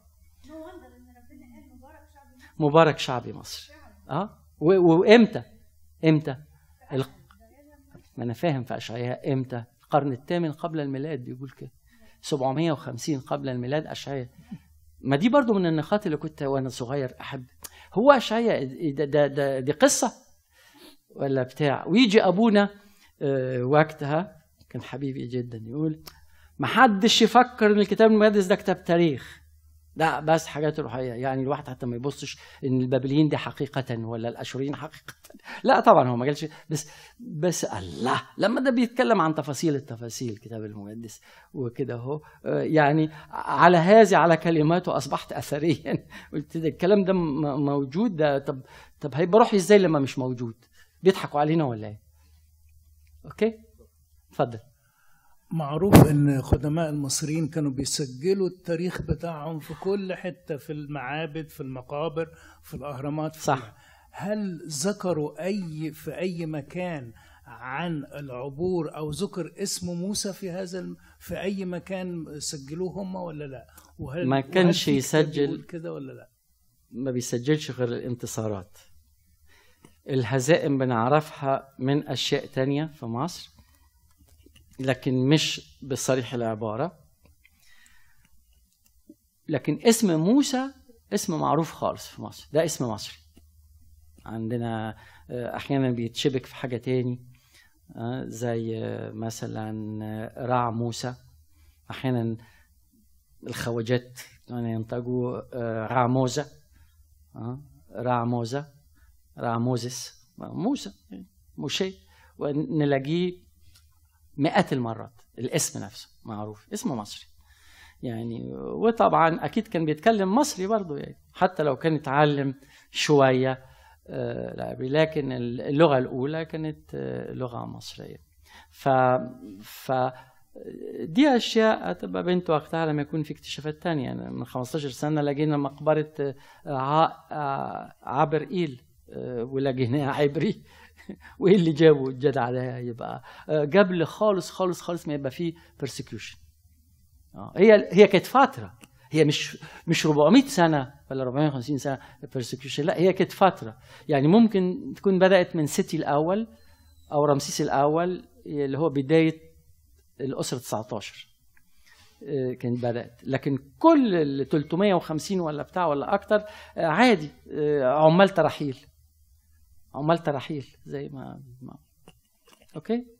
مبارك شعبي مصر. اه وامتى امتى ال... ما انا فاهم في اشعياء امتى؟ القرن الثامن قبل الميلاد بيقول كده، سبعمائة وخمسين قبل الميلاد اشعياء. ما دي برضو من النقاط اللي كنت وانا صغير احب. هو اشعياء ده, ده, ده دي قصه ولا بتاع؟ ويجي ابونا آه وقتها كان حبيبي جدا يقول ما حدش يفكر ان الكتاب المقدس ده كتاب تاريخ، لا بس حاجات روحيه. يعني الواحد حتى ما يبصش ان البابليين دي حقيقه ولا الاشوريين حقيقه، لا طبعا هو ما قالش، بس بس الله لما ده بيتكلم عن تفاصيل التفاصيل الكتاب المقدس وكده اهو، يعني على هذه على كلماته اصبحت اثريا. قلت ده الكلام ده موجود ده، طب طب هيبقى روحي ازاي لما مش موجود؟ بيضحكوا علينا ولا ايه؟ اوكي اتفضل. معروف ان قدماء المصريين كانوا بيسجلوا التاريخ بتاعهم في كل حتة، في المعابد، في المقابر، في الاهرامات، في صح. هل ذكروا اي في اي مكان عن العبور او ذكر اسم موسى في هذا الم... في اي مكان سجلوه هم ولا لا؟ وهل ما كانش يسجل كده ولا لا؟ ما بيسجلش غير الانتصارات. الهزائم بنعرفها من اشياء تانية في مصر، لكن مش بصريح العبارة. لكن اسم موسى اسم معروف خالص في مصر، ده اسم مصري. عندنا احيانا بيتشبك في حاجة تاني زي مثلا رع موسى، احيانا الخواجات ينطقوا رع موزة، رع موزة، رع موزس، موسى موشي، ونلاقيه مئات المرات. الاسم نفسه معروف، اسم مصري يعني. وطبعا اكيد كان بيتكلم مصري برضه يعني، حتى لو كان يتعلم شويه آه لكن اللغه الاولى كانت آه لغه مصريه. ف ف دي اشياء تبقى بنت وقتها لما يكون في اكتشافات تانية. يعني من خمستاشر سنه لقينا مقبره آه عبر ايل آه ولقيناها عبري. وايه اللي جابه الجدع ده؟ يبقى قبل خالص خالص خالص ما يبقى فيه persecution. اه هي هي كانت فتره، هي مش مش أربعمائة سنه ولا أربعمائة وخمسين سنه persecution، لا هي كانت فتره. يعني ممكن تكون بدات من ستي الاول او رمسيس الاول اللي هو بدايه الاسره تسعة عشر كانت بدات، لكن كل ال ثلاثمائة وخمسين ولا بتاع ولا اكتر عادي عمال ترحيل، عمال ترحيل زي ما, ما. اوكي.